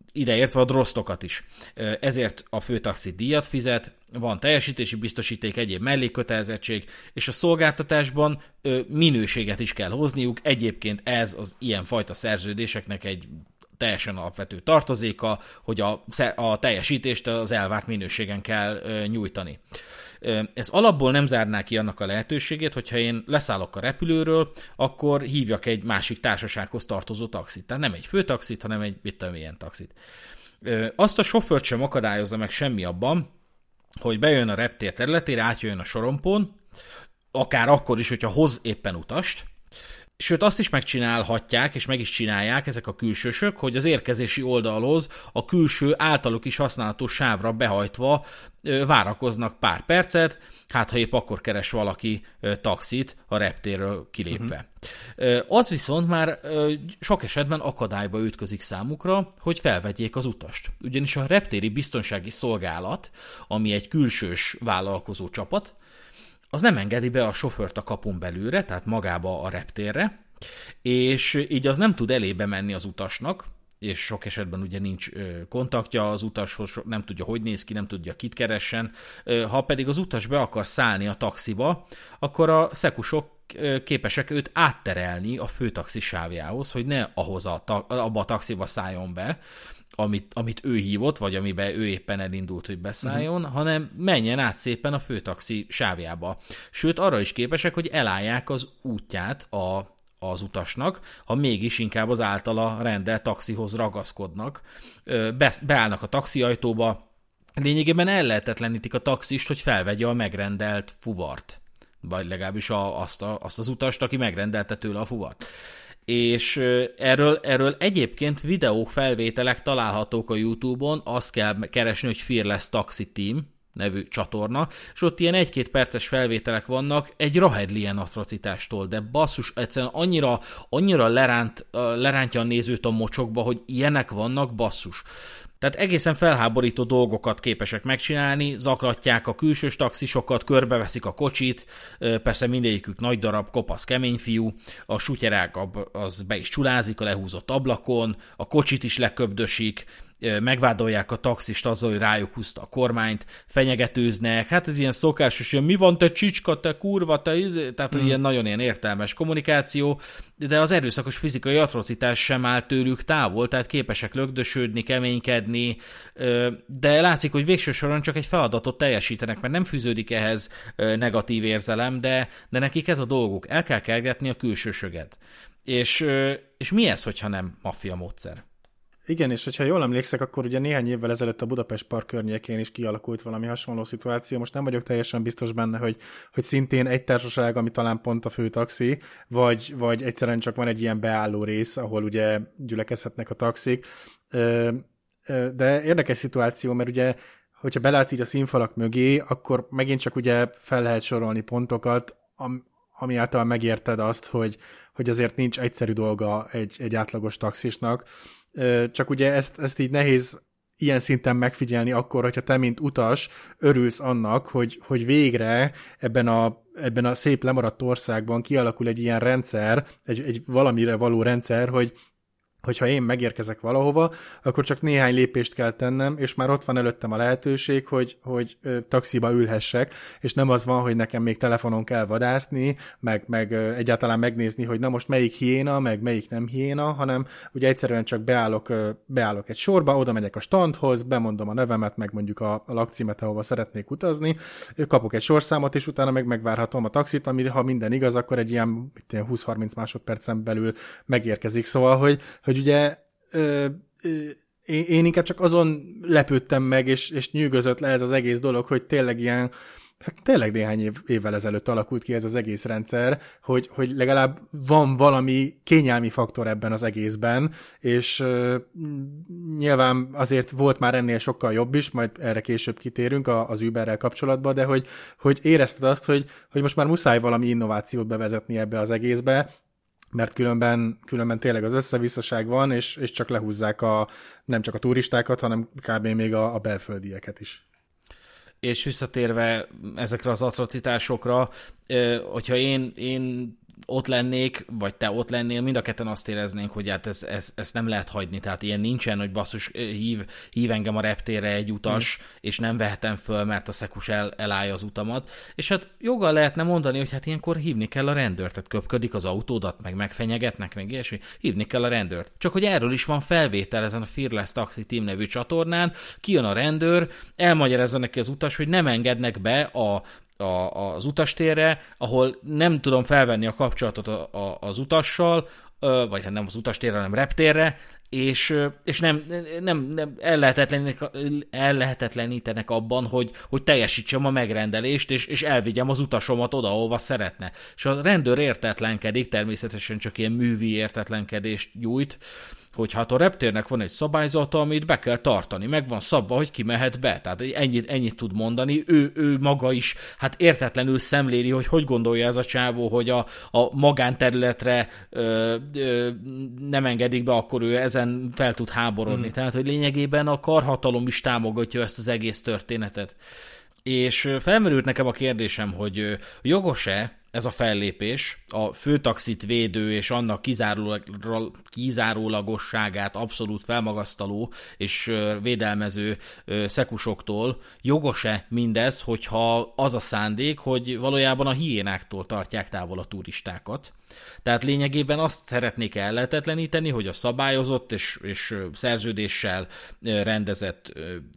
ideértve a drosztokat is. Ezért a főtaxi díjat fizet, van teljesítési biztosíték, egyéb mellékkötelezettség, és a szolgáltatásban minőséget is kell hozniuk. Egyébként ez az ilyenfajta szerződéseknek egy teljesen alapvető tartozéka, hogy a teljesítést az elvárt minőségen kell nyújtani. Ez alapból nem zárná ki annak a lehetőségét, hogyha én leszállok a repülőről, akkor hívjak egy másik társasághoz tartozó taxit. Tehát nem egy főtaxit, hanem egy milyen taxit. Azt a sofőrt sem akadályozza meg semmi abban, hogy bejön a reptér területére, átjöjjön a sorompón, akár akkor is, hogyha hoz éppen utast. Sőt, azt is megcsinálhatják, és meg is csinálják ezek a külsősök, hogy az érkezési oldalhoz a külső általuk is használható sávra behajtva várakoznak pár percet, hát ha épp akkor keres valaki taxit a reptérről kilépve. Az viszont már sok esetben akadályba ütközik számukra, hogy felvegyék az utast. Ugyanis a reptéri biztonsági szolgálat, ami egy külsős vállalkozó csapat, az nem engedi be a sofőrt a kapun belülre, tehát magába a reptérre, és így az nem tud elébe menni az utasnak, és sok esetben ugye nincs kontaktja az utashoz, nem tudja, hogy néz ki, nem tudja, kit keressen. Ha pedig az utas be akar szállni a taxiba, akkor a szekusok képesek őt átterelni a főtaxi sávjához, hogy ne ahhoz abba a taxiba szálljon be, amit ő hívott, vagy amiben ő éppen elindult, hogy beszálljon, hanem menjen át szépen a főtaxi sávjába. Sőt, arra is képesek, hogy elállják az útját az utasnak, ha mégis inkább az általa rendelt taxihoz ragaszkodnak. Beállnak a taxiajtóba, lényegében ellehetetlenítik a taxist, hogy felvegye a megrendelt fuvart. Vagy legalábbis azt az utast, aki megrendelte tőle a fuvart. És erről egyébként videófelvételek találhatók a YouTube-on, azt kell keresni, hogy Fearless Taxi Team nevű csatorna, és ott ilyen 1-2 perces felvételek vannak egy rahedlien atrocitástól, de basszus, egyszerűen annyira lerántja a nézőt a mocsokba, hogy ilyenek vannak, basszus. Tehát egészen felháborító dolgokat képesek megcsinálni, zaklatják a külsős taxisokat, körbeveszik a kocsit, persze mindegyikük nagy darab, kopasz, kemény fiú, a sutyerák az be is csulázik a lehúzott ablakon, a kocsit is leköbdösik, megvádolják a taxist azzal, hogy rájuk húzta a kormányt, fenyegetőznek, hát ez ilyen szokásos, ilyen mi van te csicska, te kurva, te tehát ilyen nagyon ilyen értelmes kommunikáció, de az erőszakos fizikai atrocitás sem áll tőlük távol, tehát képesek lögdösödni, keménykedni, de látszik, hogy végső soron csak egy feladatot teljesítenek, mert nem fűződik ehhez negatív érzelem, de nekik ez a dolguk, el kell kergetni a külsősöget. És mi ez, hogyha nem maffia módszer? Igen, és hogyha jól emlékszek, akkor ugye néhány évvel ezelőtt a Budapest Park környékén is kialakult valami hasonló szituáció. Most nem vagyok teljesen biztos benne, hogy szintén egy társaság, ami talán pont a főtaxi, vagy egyszerűen csak van egy ilyen beálló rész, ahol ugye gyülekezhetnek a taxik. De érdekes szituáció, mert ugye, hogyha belátsz így a színfalak mögé, akkor megint csak ugye fel lehet sorolni pontokat, ami által megérted azt, hogy azért nincs egyszerű dolga egy átlagos taxisnak. Csak ugye ezt így nehéz ilyen szinten megfigyelni akkor, hogyha te, mint utas, örülsz annak, hogy végre ebben a szép lemaradt országban kialakul egy ilyen rendszer, egy valamire való rendszer, hogyha én megérkezek valahova, akkor csak néhány lépést kell tennem, és már ott van előttem a lehetőség, hogy taxiba ülhessek, és nem az van, hogy nekem még telefonon kell vadászni, meg egyáltalán megnézni, hogy na most melyik hiéna, meg melyik nem hiéna, hanem ugye egyszerűen csak beállok egy sorba, oda megyek a standhoz, bemondom a nevemet, meg mondjuk a lakcímet, ahova szeretnék utazni, kapok egy sorszámot, és utána megvárhatom a taxit, ami ha minden igaz, akkor egy ilyen 20-30 másodpercen belül megérkezik. Szóval, hogy ugye én inkább csak azon lepődtem meg, és nyűgözött le ez az egész dolog, hogy tényleg ilyen, hát tényleg néhány évvel ezelőtt alakult ki ez az egész rendszer, hogy legalább van valami kényelmi faktor ebben az egészben, és nyilván azért volt már ennél sokkal jobb is, majd erre később kitérünk az Uberrel kapcsolatban, de hogy érezted azt, hogy most már muszáj valami innovációt bevezetni ebbe az egészbe, mert különben tényleg az összevisszaság van, és csak lehúzzák nem csak a turistákat, hanem kb. Még a belföldieket is. És visszatérve ezekre az atrocitásokra, hogyha én ott lennék, vagy te ott lennél, mind a ketten azt éreznénk, hogy hát ezt nem lehet hagyni, tehát ilyen nincsen, hogy basszus, hív engem a reptérre egy utas, és nem vehetem föl, mert a szekus elállja az utamat, és hát joggal lehetne mondani, hogy hát ilyenkor hívni kell a rendőrt, tehát köpködik az autódat, meg megfenyegetnek, meg ilyesmi, hívni kell a rendőrt. Csak hogy erről is van felvétel ezen a Fearless Taxi Team nevű csatornán, kijön a rendőr, elmagyarázza neki az utas, hogy nem engednek be az utastérre, ahol nem tudom felvenni a kapcsolatot az utassal, vagy hát nem az utastérre, hanem reptérre, és nem ellehetetlenítenek abban, hogy teljesítsem a megrendelést, és elvigyem az utasomat oda, ahova szeretne. És a rendőr értetlenkedik, természetesen csak ilyen művi értetlenkedést nyújt, hogy hát a reptérnek van egy szabályzata, amit be kell tartani, meg van szabva, hogy ki mehet be. Tehát ennyit tud mondani, ő maga is hát értetlenül szemléli, hogy gondolja ez a csávó, hogy a magánterületre nem engedik be, akkor ő ezen fel tud háborodni. Tehát, hogy lényegében a karhatalom is támogatja ezt az egész történetet. És felmerült nekem a kérdésem, hogy jogos-e ez a fellépés, a főtaxit védő és annak kizárólagosságát abszolút felmagasztaló és védelmező szekusoktól, jogos-e mindez, hogyha az a szándék, hogy valójában a hiénáktól tartják távol a turistákat. Tehát lényegében azt szeretnék ellehetetleníteni, hogy a szabályozott és szerződéssel rendezett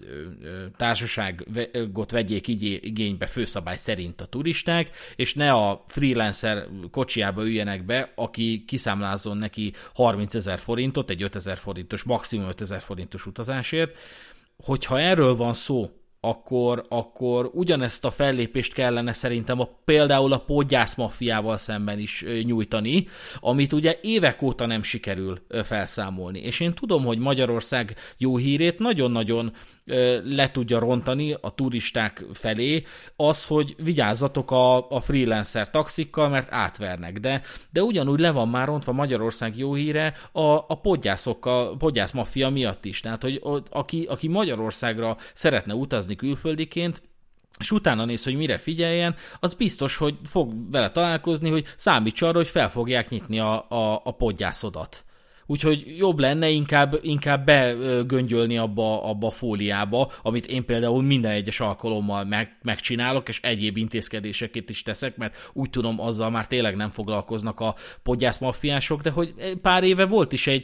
társaságot vegyék igénybe főszabály szerint a turisták, és ne a freelancer kocsiába üljenek be, aki kiszámlázzon neki 30 000 forintot, egy 5 000 forintos, maximum 5 000 forintos utazásért. Hogyha erről van szó, akkor ugyanezt a fellépést kellene szerintem például a podgyász maffiával szemben is nyújtani, amit ugye évek óta nem sikerül felszámolni. És én tudom, hogy Magyarország jó hírét nagyon-nagyon le tudja rontani a turisták felé az, hogy vigyázzatok a freelancer taxikkal, mert átvernek. De ugyanúgy le van már rontva Magyarország jó híre a podgyász maffia miatt is. Tehát, hogy aki Magyarországra szeretne utazni külföldiként, és utána néz, hogy mire figyeljen, az biztos, hogy fog vele találkozni, hogy számíts arra, hogy fel fogják nyitni a podgyászodat. Úgyhogy jobb lenne inkább begöngyölni abba a fóliába, amit én például minden egyes alkalommal megcsinálok, és egyéb intézkedéseket is teszek, mert úgy tudom, azzal már tényleg nem foglalkoznak a podgyászmaffiások, de hogy pár éve volt is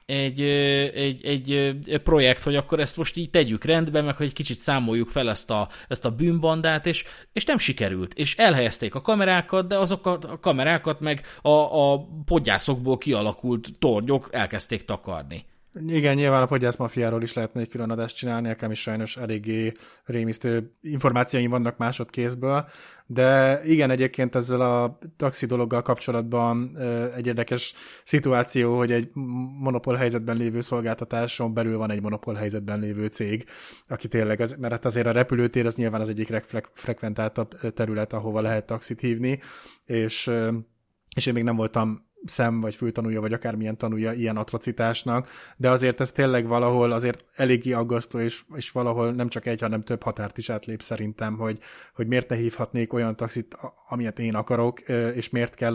egy projekt, hogy akkor ezt most így tegyük rendbe, meg hogy egy kicsit számoljuk fel ezt a bűnbandát, és nem sikerült. És elhelyezték a kamerákat, de azokat a kamerákat meg a podgyászokból kialakult tornyok elkezdték takarni. Igen, nyilván a podgyászmafiáról is lehetne egy külön adást csinálni, nekem is sajnos eléggé rémisztő információim vannak másodkézből, de igen, egyébként ezzel a taxi dologgal kapcsolatban egy érdekes szituáció, hogy egy monopól helyzetben lévő szolgáltatáson belül van egy monopól helyzetben lévő cég, aki tényleg, mert hát azért a repülőtér az nyilván az egyik legfrekventáltabb terület, ahova lehet taxit hívni, és én még nem voltam vagy fültanúja, vagy akármilyen tanúja ilyen atrocitásnak, de azért ez tényleg valahol azért eléggé aggasztó, és valahol nem csak egy, hanem több határt is átlép szerintem, hogy miért ne hívhatnék olyan taxit, amilyet én akarok, és miért kell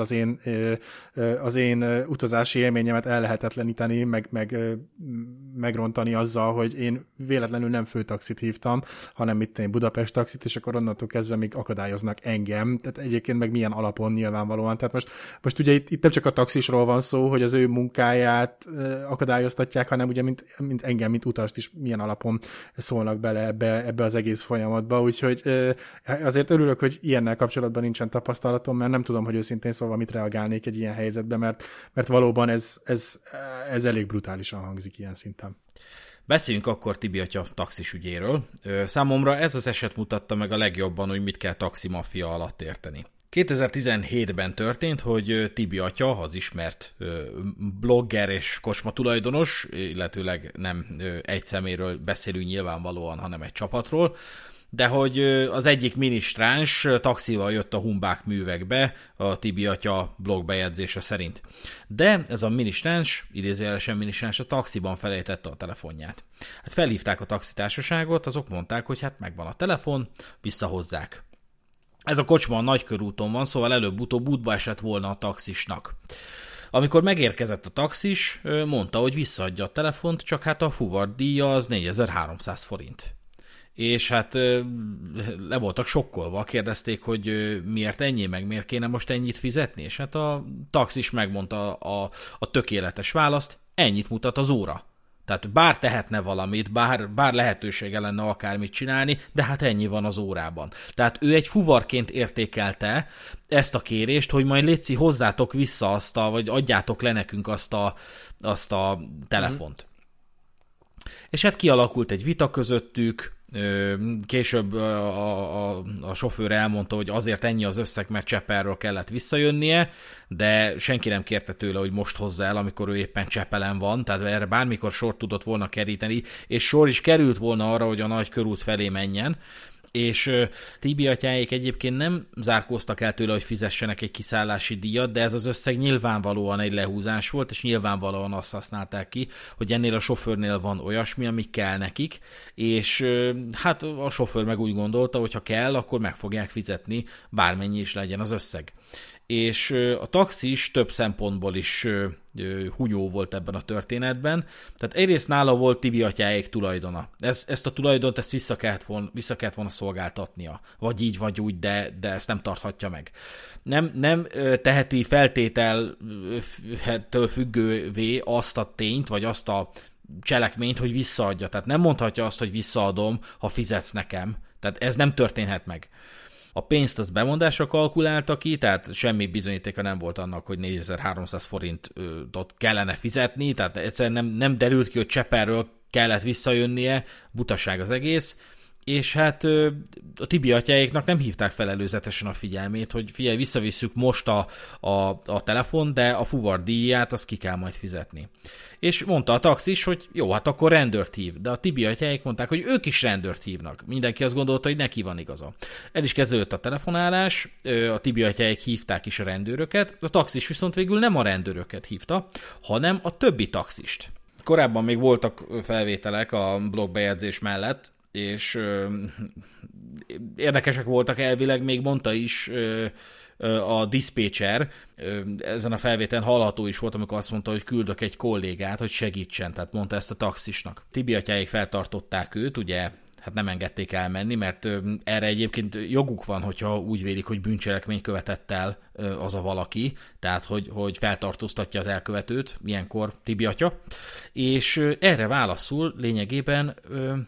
az én utazási élményemet ellehetetleníteni, meg megrontani azzal, hogy én véletlenül nem főtaxit hívtam, hanem itt Budapest taxit, és akkor onnantól kezdve még akadályoznak engem. Tehát egyébként meg milyen alapon nyilvánvalóan. Tehát most ugye itt nem csak a taxisról van szó, hogy az ő munkáját akadályoztatják, hanem ugye mint engem, mint utast is milyen alapon szólnak bele ebbe az egész folyamatba, úgyhogy azért örülök, hogy ilyennel kapcsolatban nincsen tapasztalatom, mert nem tudom, hogy őszintén szólva mit reagálnék egy ilyen helyzetbe, mert valóban ez elég brutálisan hangzik ilyen szinten. Beszéljünk akkor Tibi atya taxis ügyéről. Számomra ez az eset mutatta meg a legjobban, hogy mit kell taximafia alatt érteni. 2017-ben történt, hogy Tibi atya, az ismert blogger és kocsma tulajdonos, illetőleg nem egy szeméről beszélünk nyilvánvalóan, hanem egy csapatról, de hogy az egyik minisztráns taxival jött a Humbák művekbe, a Tibi atya blogbejegyzése szerint. De ez a minisztráns, idézőjelesen minisztráns, a taxiban felejtette a telefonját. Hát felhívták a taxitársaságot, azok mondták, hogy hát megvan a telefon, visszahozzák. Ez a kocsma a Nagykörúton van, szóval előbb-utóbb útba esett volna a taxisnak. Amikor megérkezett a taxis, mondta, hogy visszaadja a telefont, csak hát a fuvardíja az 4300 forint. És hát le voltak sokkolva, kérdezték, hogy miért ennyi, meg miért kéne most ennyit fizetni, és hát a taxis megmondta a tökéletes választ, ennyit mutat az óra. Tehát bár tehetne valamit, bár lehetősége lenne akármit csinálni, de hát ennyi van az órában. Tehát ő egy fuvarként értékelte ezt a kérést, hogy majd létszi, hozzátok vissza vagy adjátok le nekünk azt a telefont. És hát kialakult egy vita közöttük, később a sofőr elmondta, hogy azért ennyi az összeg, mert Csepelről kellett visszajönnie, de senki nem kérte tőle, hogy most hozza el, amikor ő éppen Csepelen van, tehát erre bármikor sort tudott volna keríteni, és sor is került volna arra, hogy a Nagykörút felé menjen, és Tibi atyáék egyébként nem zárkóztak el tőle, hogy fizessenek egy kiszállási díjat, de ez az összeg nyilvánvalóan egy lehúzás volt, és nyilvánvalóan azt használták ki, hogy ennél a sofőrnél van olyasmi, ami kell nekik, és hát a sofőr meg úgy gondolta, hogy ha kell, akkor meg fogják fizetni, bármennyi is legyen az összeg. És a taxis több szempontból is hunyó volt ebben a történetben. Tehát egyrészt nála volt Tibi atyáék tulajdona. Ezt a tulajdont vissza kellett volna szolgáltatnia. Vagy így, vagy úgy, de ezt nem tarthatja meg. Nem teheti feltételtől függővé azt a tényt, vagy azt a cselekményt, hogy visszaadja. Tehát nem mondhatja azt, hogy visszaadom, ha fizetsz nekem. Tehát ez nem történhet meg. A pénzt az bemondásra kalkulálta ki, tehát semmi bizonyítéka nem volt annak, hogy 4300 forintot kellene fizetni, tehát egyszerűen nem derült ki, hogy Csepelről kellett visszajönnie, butaság az egész, és hát a Tibi atyáéknak nem hívták fel előzetesen a figyelmét, hogy figyelj, visszavisszük most a telefon, de a fuvardíját azt ki kell majd fizetni. És mondta a taxis, hogy jó, hát akkor rendőrt hív, de a Tibi atyáék mondták, hogy ők is rendőrt hívnak. Mindenki azt gondolta, hogy neki van igaza. El is kezdődött a telefonálás, a Tibi atyáék hívták is a rendőröket, a taxis viszont végül nem a rendőröket hívta, hanem a többi taxist. Korábban még voltak felvételek a blogbejegyzés mellett, és érdekesek voltak elvileg, még mondta is a diszpécser, ezen a felvételen hallható is volt, amikor azt mondta, hogy küldök egy kollégát, hogy segítsen, tehát mondta ezt a taxisnak. Tibi atyáik feltartották őt, ugye, hát nem engedték elmenni, mert erre egyébként joguk van, hogyha úgy vélik, hogy bűncselekményt követett el az a valaki, tehát hogy feltartóztatja az elkövetőt, ilyenkor Tibi atya, és erre válaszul lényegében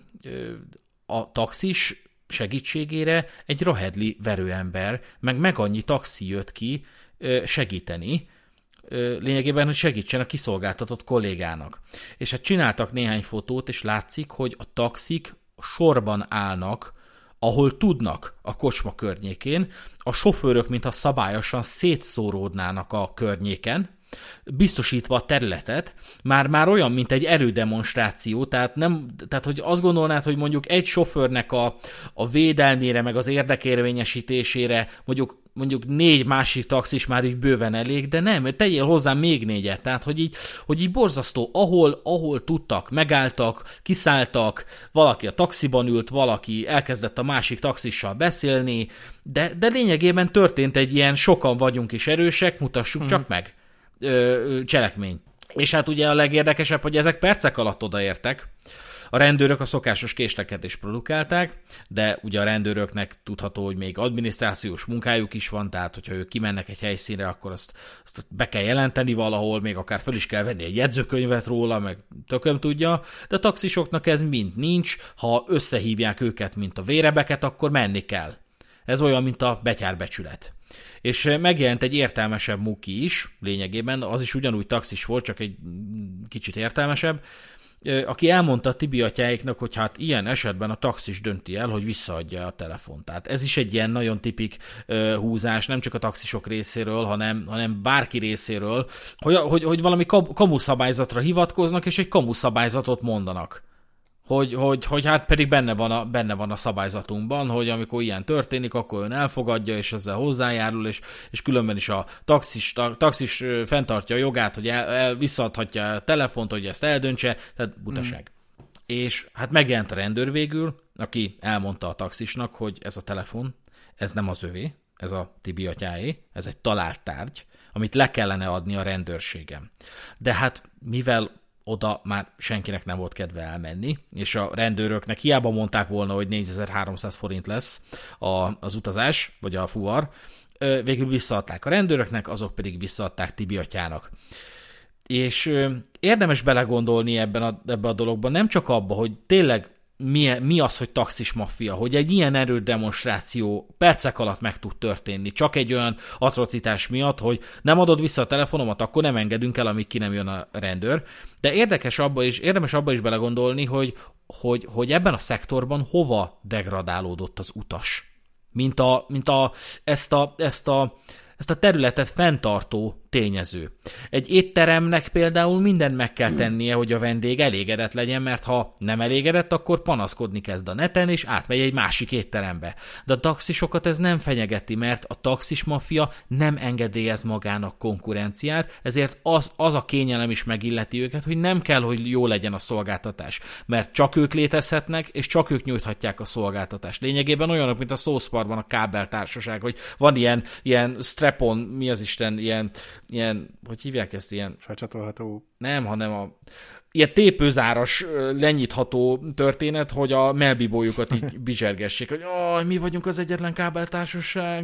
a taxis segítségére egy rahedli verőember, meg annyi taxi jött ki segíteni, lényegében, hogy segítsen a kiszolgáltatott kollégának. És hát csináltak néhány fotót, és látszik, hogy a taxik sorban állnak, ahol tudnak a kocsma környékén, a sofőrök mintha szabályosan szétszóródnának a környéken, biztosítva a területet, már olyan, mint egy erődemonstráció, tehát hogy azt gondolnád, hogy mondjuk egy sofőrnek a védelmére, meg az érdekérvényesítésére mondjuk 4 másik taxis már így bőven elég, de nem, tegyél hozzá még 4-et, tehát hogy így borzasztó, ahol tudtak, megálltak, kiszálltak, valaki a taxiban ült, valaki elkezdett a másik taxissal beszélni, de lényegében történt egy ilyen sokan vagyunk és erősek, mutassuk csak meg cselekmény. És hát ugye a legérdekesebb, hogy ezek percek alatt odaértek. A rendőrök a szokásos késlekedést produkálták, de ugye a rendőröknek tudható, hogy még adminisztrációs munkájuk is van, tehát hogyha ők kimennek egy helyszínre, akkor azt be kell jelenteni valahol, még akár fel is kell venni egy jegyzőkönyvet róla, meg tököm tudja, de a taxisoknak ez mind nincs, ha összehívják őket, mint a vérebeket, akkor menni kell. Ez olyan, mint a betyárbecsület. És megjelent egy értelmesebb muki is, lényegében, az is ugyanúgy taxis volt, csak egy kicsit értelmesebb, aki elmondta a Tibi atyáiknak, hogy hát ilyen esetben a taxis dönti el, hogy visszaadja a telefont. Tehát ez is egy ilyen nagyon tipik húzás, nem csak a taxisok részéről, hanem bárki részéről, hogy valami kamuszabályzatra hivatkoznak, és egy kamuszabályzatot mondanak. Hogy hát pedig benne van a szabályzatunkban, hogy amikor ilyen történik, akkor ön elfogadja, és ezzel hozzájárul, és különben is a taxis fenntartja a jogát, hogy visszaadhatja a telefont, hogy ezt eldöntse, tehát butaság. És hát megjelent a rendőr végül, aki elmondta a taxisnak, hogy ez a telefon, ez nem az övé, ez a Tibi atyáé, ez egy talált tárgy, amit le kellene adni a rendőrségem. De hát mivel oda már senkinek nem volt kedve elmenni, és a rendőröknek hiába mondták volna, hogy 4300 forint lesz az utazás, vagy a fuvar, végül visszaadták a rendőröknek, azok pedig visszaadták Tibi atyának. És érdemes belegondolni ebbe a dologban, nem csak abba, hogy tényleg mi az, hogy taxis maffia, hogy egy ilyen erődemonstráció percek alatt meg tud történni, csak egy olyan atrocitás miatt, hogy nem adod vissza a telefonomat, akkor nem engedünk el, amíg ki nem jön a rendőr. De érdemes abba is belegondolni, hogy ebben a szektorban hova degradálódott az utas. Ezt a területet fenntartó tényező. Egy étteremnek például mindent meg kell tennie, hogy a vendég elégedett legyen, mert ha nem elégedett, akkor panaszkodni kezd a neten, és átmegy egy másik étterembe. De a taxisokat ez nem fenyegeti, mert a taxis maffia nem engedélyez magának konkurenciát, ezért az a kényelem is megilleti őket, hogy nem kell, hogy jó legyen a szolgáltatás, mert csak ők létezhetnek, és csak ők nyújthatják a szolgáltatást. Lényegében olyanok, mint a South Parkban a kábeltársaság, hogy van ilyen strap-on, mi az Isten, ilyen, hogy hívják ezt, ilyen... Felcsatolható. Nem, hanem ilyen tépőzáras, lenyitható történet, hogy a melbibójukat így bizsergessék, hogy mi vagyunk az egyetlen kábeltársaság.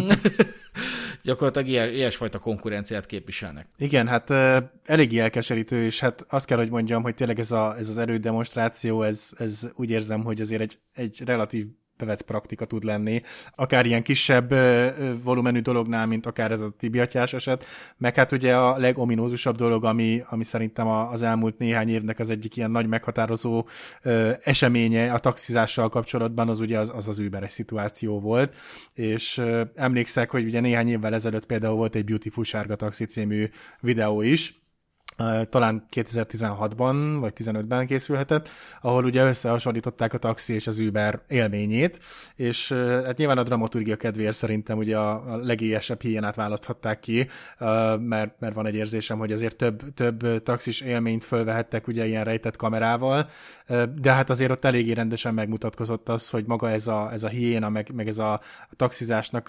Gyakorlatilag ilyesfajta konkurenciát képviselnek. Igen, hát eléggé elkeserítő, és hát azt kell, hogy mondjam, hogy tényleg ez az erődemonstráció, ez úgy érzem, hogy azért egy relatív bevett praktika tud lenni, akár ilyen kisebb volumenű dolognál, mint akár ez a Tibi atyás eset, meg hát ugye a legominózusabb dolog, ami szerintem az elmúlt néhány évnek az egyik ilyen nagy meghatározó eseménye a taxizással kapcsolatban, az ugye az Uberes szituáció volt, és emlékszek, hogy ugye néhány évvel ezelőtt például volt egy Beautiful Sárga Taxi című videó is, talán 2016-ban, vagy 15-ben készülhetett, ahol ugye összehasonlították a taxi és az Uber élményét, és hát nyilván a dramaturgia kedvéért szerintem ugye a legélyesebb hiénát választhatták ki, mert van egy érzésem, hogy azért több taxis élményt fölvehettek ugye ilyen rejtett kamerával, de hát azért ott eléggé rendesen megmutatkozott az, hogy maga ez a hiéna, meg ez a taxizásnak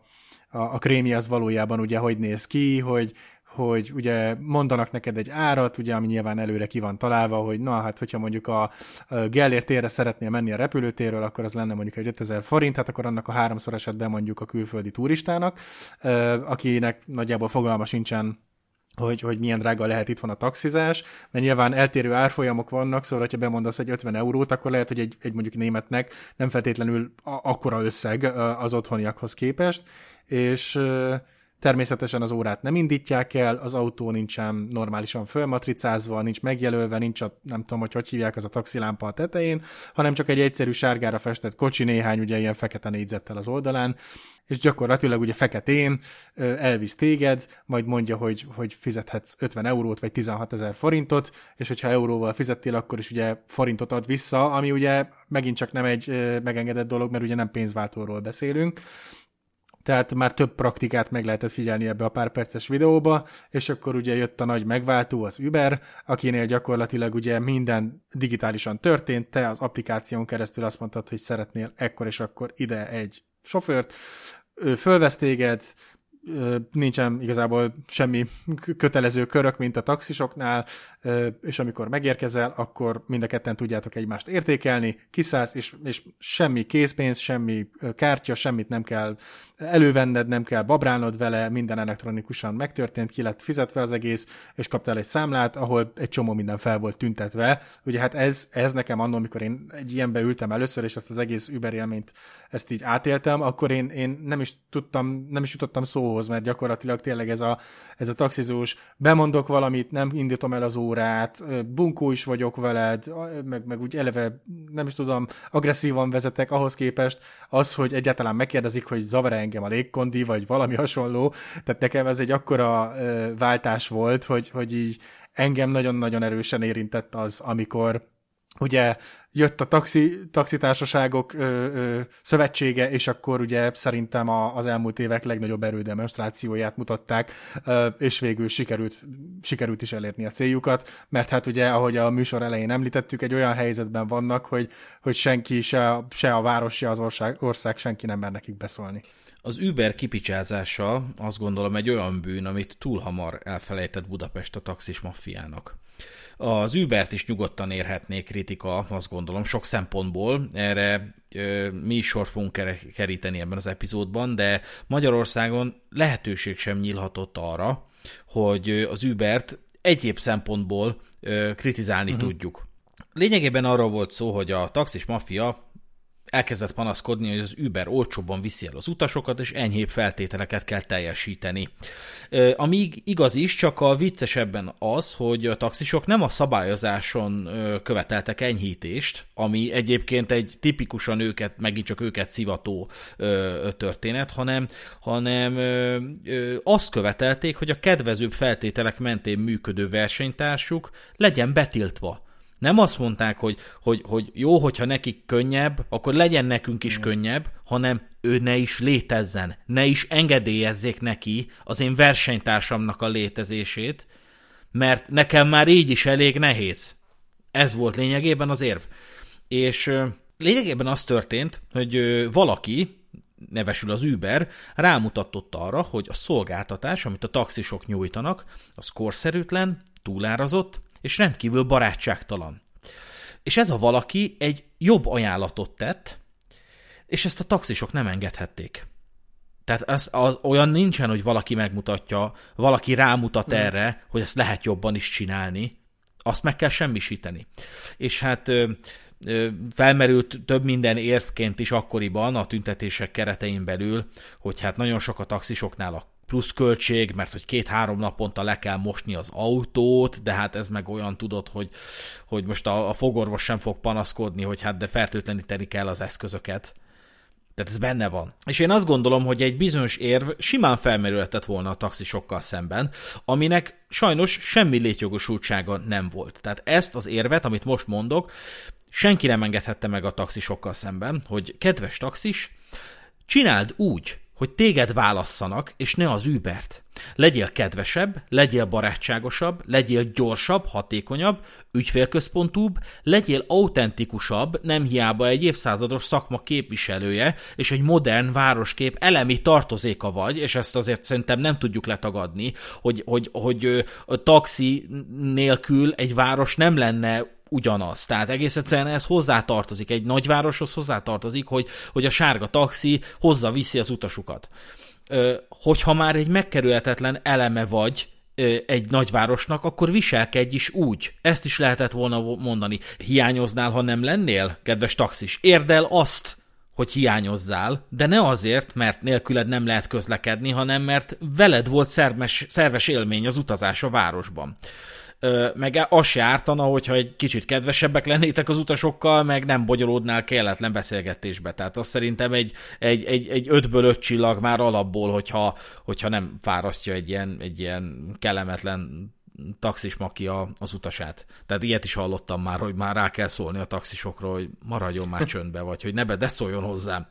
a krémje az valójában ugye hogy néz ki, hogy ugye mondanak neked egy árat, ugye, ami nyilván előre ki van találva, hogy na, hát hogyha mondjuk a Gellért térre szeretnél menni a repülőtérről, akkor az lenne mondjuk egy 5000 forint, hát akkor annak a 3-szorosát bemondjuk a külföldi turistának, akinek nagyjából fogalma sincsen, hogy milyen drága lehet itthon a taxizás, mert nyilván eltérő árfolyamok vannak, szóval, hogyha bemondasz egy 50 eurót, akkor lehet, hogy egy mondjuk németnek nem feltétlenül akkora összeg az otthoniakhoz képest, és természetesen az órát nem indítják el, az autó nincsen normálisan fölmatricázva, nincs megjelölve, nincs nem tudom, hogy hívják, az a taxilámpa a tetején, hanem csak egy egyszerű sárgára festett kocsi, néhány ugye ilyen fekete négyzettel az oldalán, és gyakorlatilag ugye feketén elvisz téged, majd mondja, hogy fizethetsz 50 eurót vagy 16 000 forintot, és hogyha euróval fizettél, akkor is ugye forintot ad vissza, ami ugye megint csak nem egy megengedett dolog, mert ugye nem pénzváltóról beszélünk. Tehát már több praktikát meg lehetett figyelni ebbe a pár perces videóba, és akkor ugye jött a nagy megváltó, az Uber, akinél gyakorlatilag ugye minden digitálisan történt, te az applikáción keresztül azt mondtad, hogy szeretnél ekkor és akkor ide egy sofőrt, ő fölvesz téged, nincsen igazából semmi kötelező körök, mint a taxisoknál, és amikor megérkezel, akkor mind a ketten tudjátok egymást értékelni, kiszállsz, és semmi készpénz, semmi kártya, semmit nem kell elővenned, nem kell babrálnod vele, minden elektronikusan megtörtént, ki lett fizetve az egész, és kaptál egy számlát, ahol egy csomó minden fel volt tüntetve. Ugye hát ez nekem annól, amikor én egy ilyenbe ültem először, és ezt az egész Uber élményt ezt így átéltem, akkor én nem is jutottam szóhoz, mert gyakorlatilag tényleg ez a taxizós, bemondok valamit, nem indítom el az órát, bunkó is vagyok veled, meg úgy eleve, nem is tudom, agresszívan vezetek ahhoz képest, az, hogy egyáltalán megkérdezik, hogy zavar engem a légkondi, vagy valami hasonló, tehát nekem ez egy akkora váltás volt, hogy így engem nagyon-nagyon erősen érintett az, amikor ugye jött a taxitársaságok szövetsége, és akkor ugye szerintem az elmúlt évek legnagyobb erődemonstrációját mutatták, és végül sikerült is elérni a céljukat, mert hát ugye, ahogy a műsor elején említettük, egy olyan helyzetben vannak, hogy senki, se a város, se az ország senki nem mer nekik beszólni. Az Uber kipicsázása azt gondolom egy olyan bűn, amit túl hamar elfelejtett Budapest a taxis maffiának. Az Ubert is nyugodtan érhetnék kritika, azt gondolom, sok szempontból. Erre mi is sor fogunk keríteni ebben az epizódban, de Magyarországon lehetőség sem nyílhatott arra, hogy az Ubert egyéb szempontból kritizálni tudjuk. Lényegében arról volt szó, hogy a taxis maffia elkezdett panaszkodni, hogy az Uber olcsóbban viszi el az utasokat, és enyhébb feltételeket kell teljesíteni. Ami igaz is, csak a viccesebben az, hogy a taxisok nem a szabályozáson követeltek enyhítést, ami egyébként egy tipikusan megint csak őket szivató történet, hanem azt követelték, hogy a kedvezőbb feltételek mentén működő versenytársuk legyen betiltva. Nem azt mondták, hogy jó, hogyha nekik könnyebb, akkor legyen nekünk is könnyebb, hanem ő ne is létezzen, ne is engedélyezzék neki az én versenytársamnak a létezését, mert nekem már így is elég nehéz. Ez volt lényegében az érv. És lényegében az történt, hogy valaki, nevesül az Uber, rámutatott arra, hogy a szolgáltatás, amit a taxisok nyújtanak, az korszerűtlen, túlárazott, és rendkívül barátságtalan. És ez a valaki egy jobb ajánlatot tett, és ezt a taxisok nem engedhették. Tehát az olyan nincsen, hogy valaki megmutatja, valaki rámutat erre, hogy ezt lehet jobban is csinálni. Azt meg kell semmisíteni. És hát felmerült több minden érvként is akkoriban a tüntetések keretein belül, hogy hát nagyon sok a taxisoknál a pluszköltség, mert hogy 2-3 naponta le kell mosni az autót, de hát ez meg olyan tudod, hogy most a fogorvos sem fog panaszkodni, hogy hát de fertőtleníteni kell az eszközöket. Tehát ez benne van. És én azt gondolom, hogy egy bizonyos érv simán felmerülhetett volna a taxisokkal szemben, aminek sajnos semmi létjogosultsága nem volt. Tehát ezt az érvet, amit most mondok, senki nem engedhette meg a taxisokkal szemben, hogy kedves taxis, csináld úgy, hogy téged válasszanak, és ne az Ubert. Legyél kedvesebb, legyél barátságosabb, legyél gyorsabb, hatékonyabb, ügyfélközpontúbb, legyél autentikusabb, nem hiába egy évszázados szakma képviselője, és egy modern városkép elemi tartozéka vagy, és ezt azért szerintem nem tudjuk letagadni, hogy a taxi nélkül egy város nem lenne ugyanaz. Tehát egész egyszerűen ez hozzátartozik, egy nagyvároshoz hozzátartozik, hogy a sárga taxi hozza-viszi az utasukat. Hogyha már egy megkerülhetetlen eleme vagy egy nagyvárosnak, akkor viselkedj is úgy. Ezt is lehetett volna mondani. Hiányoznál, ha nem lennél, kedves taxis? Érd el azt, hogy hiányozzál, de ne azért, mert nélküled nem lehet közlekedni, hanem mert veled volt szerves élmény az utazás a városban. Meg az se ártana, hogyha egy kicsit kedvesebbek lennétek az utasokkal, meg nem bonyolódnál kelletlen beszélgetésbe. Tehát azt szerintem egy 5-ből 5 csillag már alapból, hogyha nem fárasztja egy ilyen kellemetlen taxis makia az utasát. Tehát ilyet is hallottam már, hogy már rá kell szólni a taxisokról, hogy maradjon már csöndbe, vagy hogy de szóljon hozzám.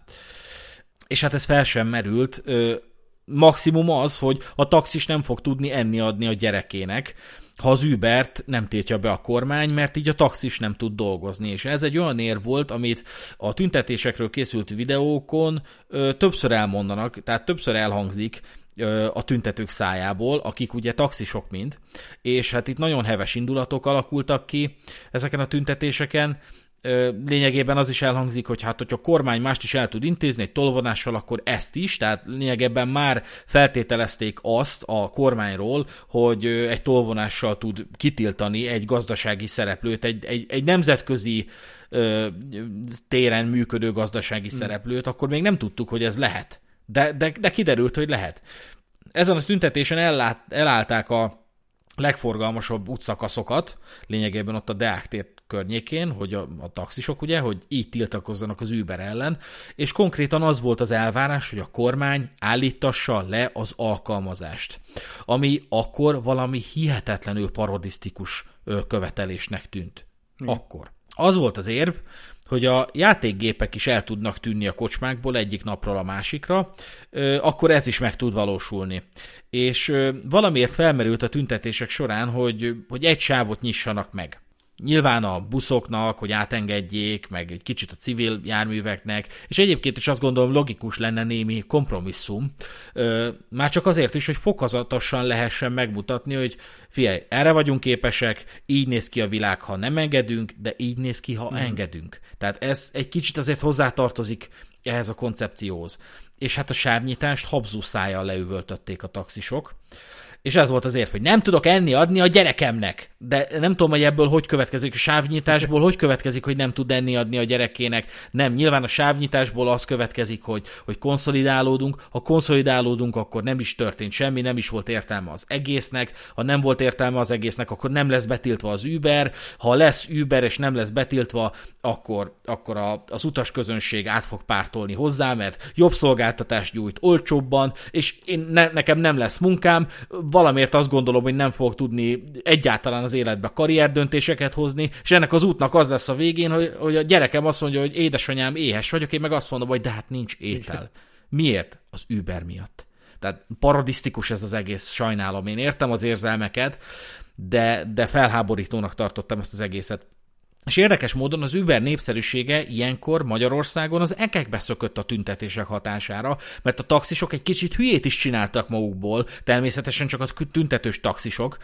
És hát ez fel sem merült. Maximum az, hogy a taxis nem fog tudni enni-adni a gyerekének, ha az Ubert nem tiltja be a kormány, mert így a taxis nem tud dolgozni. És ez egy olyan érv volt, amit a tüntetésekről készült videókon többször elmondanak, tehát többször elhangzik a tüntetők szájából, akik ugye taxisok mind, és hát itt nagyon heves indulatok alakultak ki ezeken a tüntetéseken. Lényegében az is elhangzik, hogy hát, hogyha a kormány mást is el tud intézni egy tolvonással, akkor ezt is, tehát lényegében már feltételezték azt a kormányról, hogy egy tolvonással tud kitiltani egy gazdasági szereplőt, egy nemzetközi téren működő gazdasági szereplőt, akkor még nem tudtuk, hogy ez lehet. De kiderült, hogy lehet. Ezen a tüntetésen elállták a legforgalmasabb útszakaszokat, lényegében ott a Deák tér környékén, hogy a taxisok, ugye, hogy így tiltakozzanak az Uber ellen, és konkrétan az volt az elvárás, hogy a kormány állítassa le az alkalmazást, ami akkor valami hihetetlenül parodisztikus követelésnek tűnt. Akkor. Az volt az érv, hogy a játékgépek is el tudnak tűnni a kocsmákból egyik napról a másikra, akkor ez is meg tud valósulni. És valamiért felmerült a tüntetések során, hogy egy sávot nyissanak meg. Nyilván a buszoknak, hogy átengedjék, meg egy kicsit a civil járműveknek, és egyébként is azt gondolom logikus lenne némi kompromisszum, már csak azért is, hogy fokozatosan lehessen megmutatni, hogy figyelj, erre vagyunk képesek, így néz ki a világ, ha nem engedünk, de így néz ki, ha engedünk. Tehát ez egy kicsit azért hozzátartozik ehhez a koncepcióhoz. És hát a sávnyitást habzúszájjal leüvöltötték a taxisok, és ez volt az érv, hogy nem tudok enni adni a gyerekemnek. De nem tudom, hogy ebből hogy következik, a sávnyitásból hogy következik, hogy nem tud enni adni a gyerekének. Nem, nyilván a sávnyitásból az következik, hogy konszolidálódunk. Ha konszolidálódunk, akkor nem is történt semmi, nem is volt értelme az egésznek. Ha nem volt értelme az egésznek, akkor nem lesz betiltva az Uber. Ha lesz Uber és nem lesz betiltva, akkor az utasközönség át fog pártolni hozzá, mert jobb szolgáltatást nyújt olcsóbban, és nekem nem lesz munkám. Valamiért azt gondolom, hogy nem fogok tudni egyáltalán az életbe karrierdöntéseket hozni, és ennek az útnak az lesz a végén, hogy a gyerekem azt mondja, hogy édesanyám, éhes vagyok, én meg azt mondom, hogy de hát nincs étel. Miért? Az Uber miatt. Tehát paradisztikus ez az egész, sajnálom. Én értem az érzelmeket, de felháborítónak tartottam ezt az egészet. És érdekes módon az Uber népszerűsége ilyenkor Magyarországon az ekekbe szökött a tüntetések hatására, mert a taxisok egy kicsit hülyét is csináltak magukból, természetesen csak a tüntetős taxisok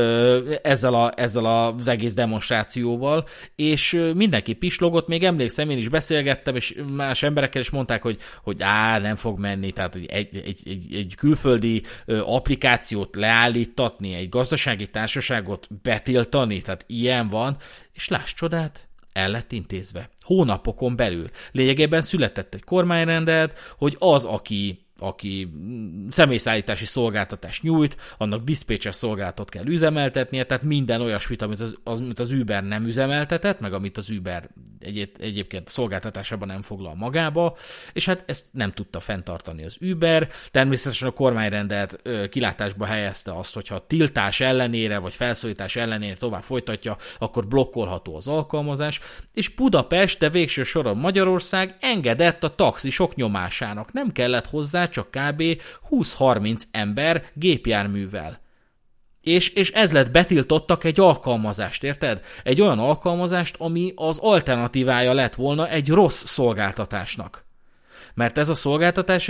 ezzel az egész demonstrációval, és mindenki pislogott, még emlékszem, én is beszélgettem, és más emberekkel is mondták, hogy nem fog menni, tehát egy külföldi applikációt leállítatni, egy gazdasági társaságot betiltani, tehát ilyen van, és láss csodát, el lett intézve. Hónapokon belül. Lényegében született egy kormányrendelet, hogy az, aki személyszállítási szolgáltatást nyújt, annak diszpécser szolgáltatót kell üzemeltetnie, tehát minden olyasmit, amit az Uber nem üzemeltetett, meg amit az Uber egyébként szolgáltatásában nem foglal magába, és hát ezt nem tudta fenntartani az Uber. Természetesen a kormányrendelet kilátásba helyezte azt, hogyha a tiltás ellenére, vagy felszólítás ellenére tovább folytatja, akkor blokkolható az alkalmazás, és Budapest, de végső soron Magyarország engedett a taxisok nyomásának. Nem kellett hozzá csak kb. 20-30 ember gépjárművel. És ez lett, betiltottak egy alkalmazást, érted? Egy olyan alkalmazást, ami az alternatívája lett volna egy rossz szolgáltatásnak. Mert ez a szolgáltatás,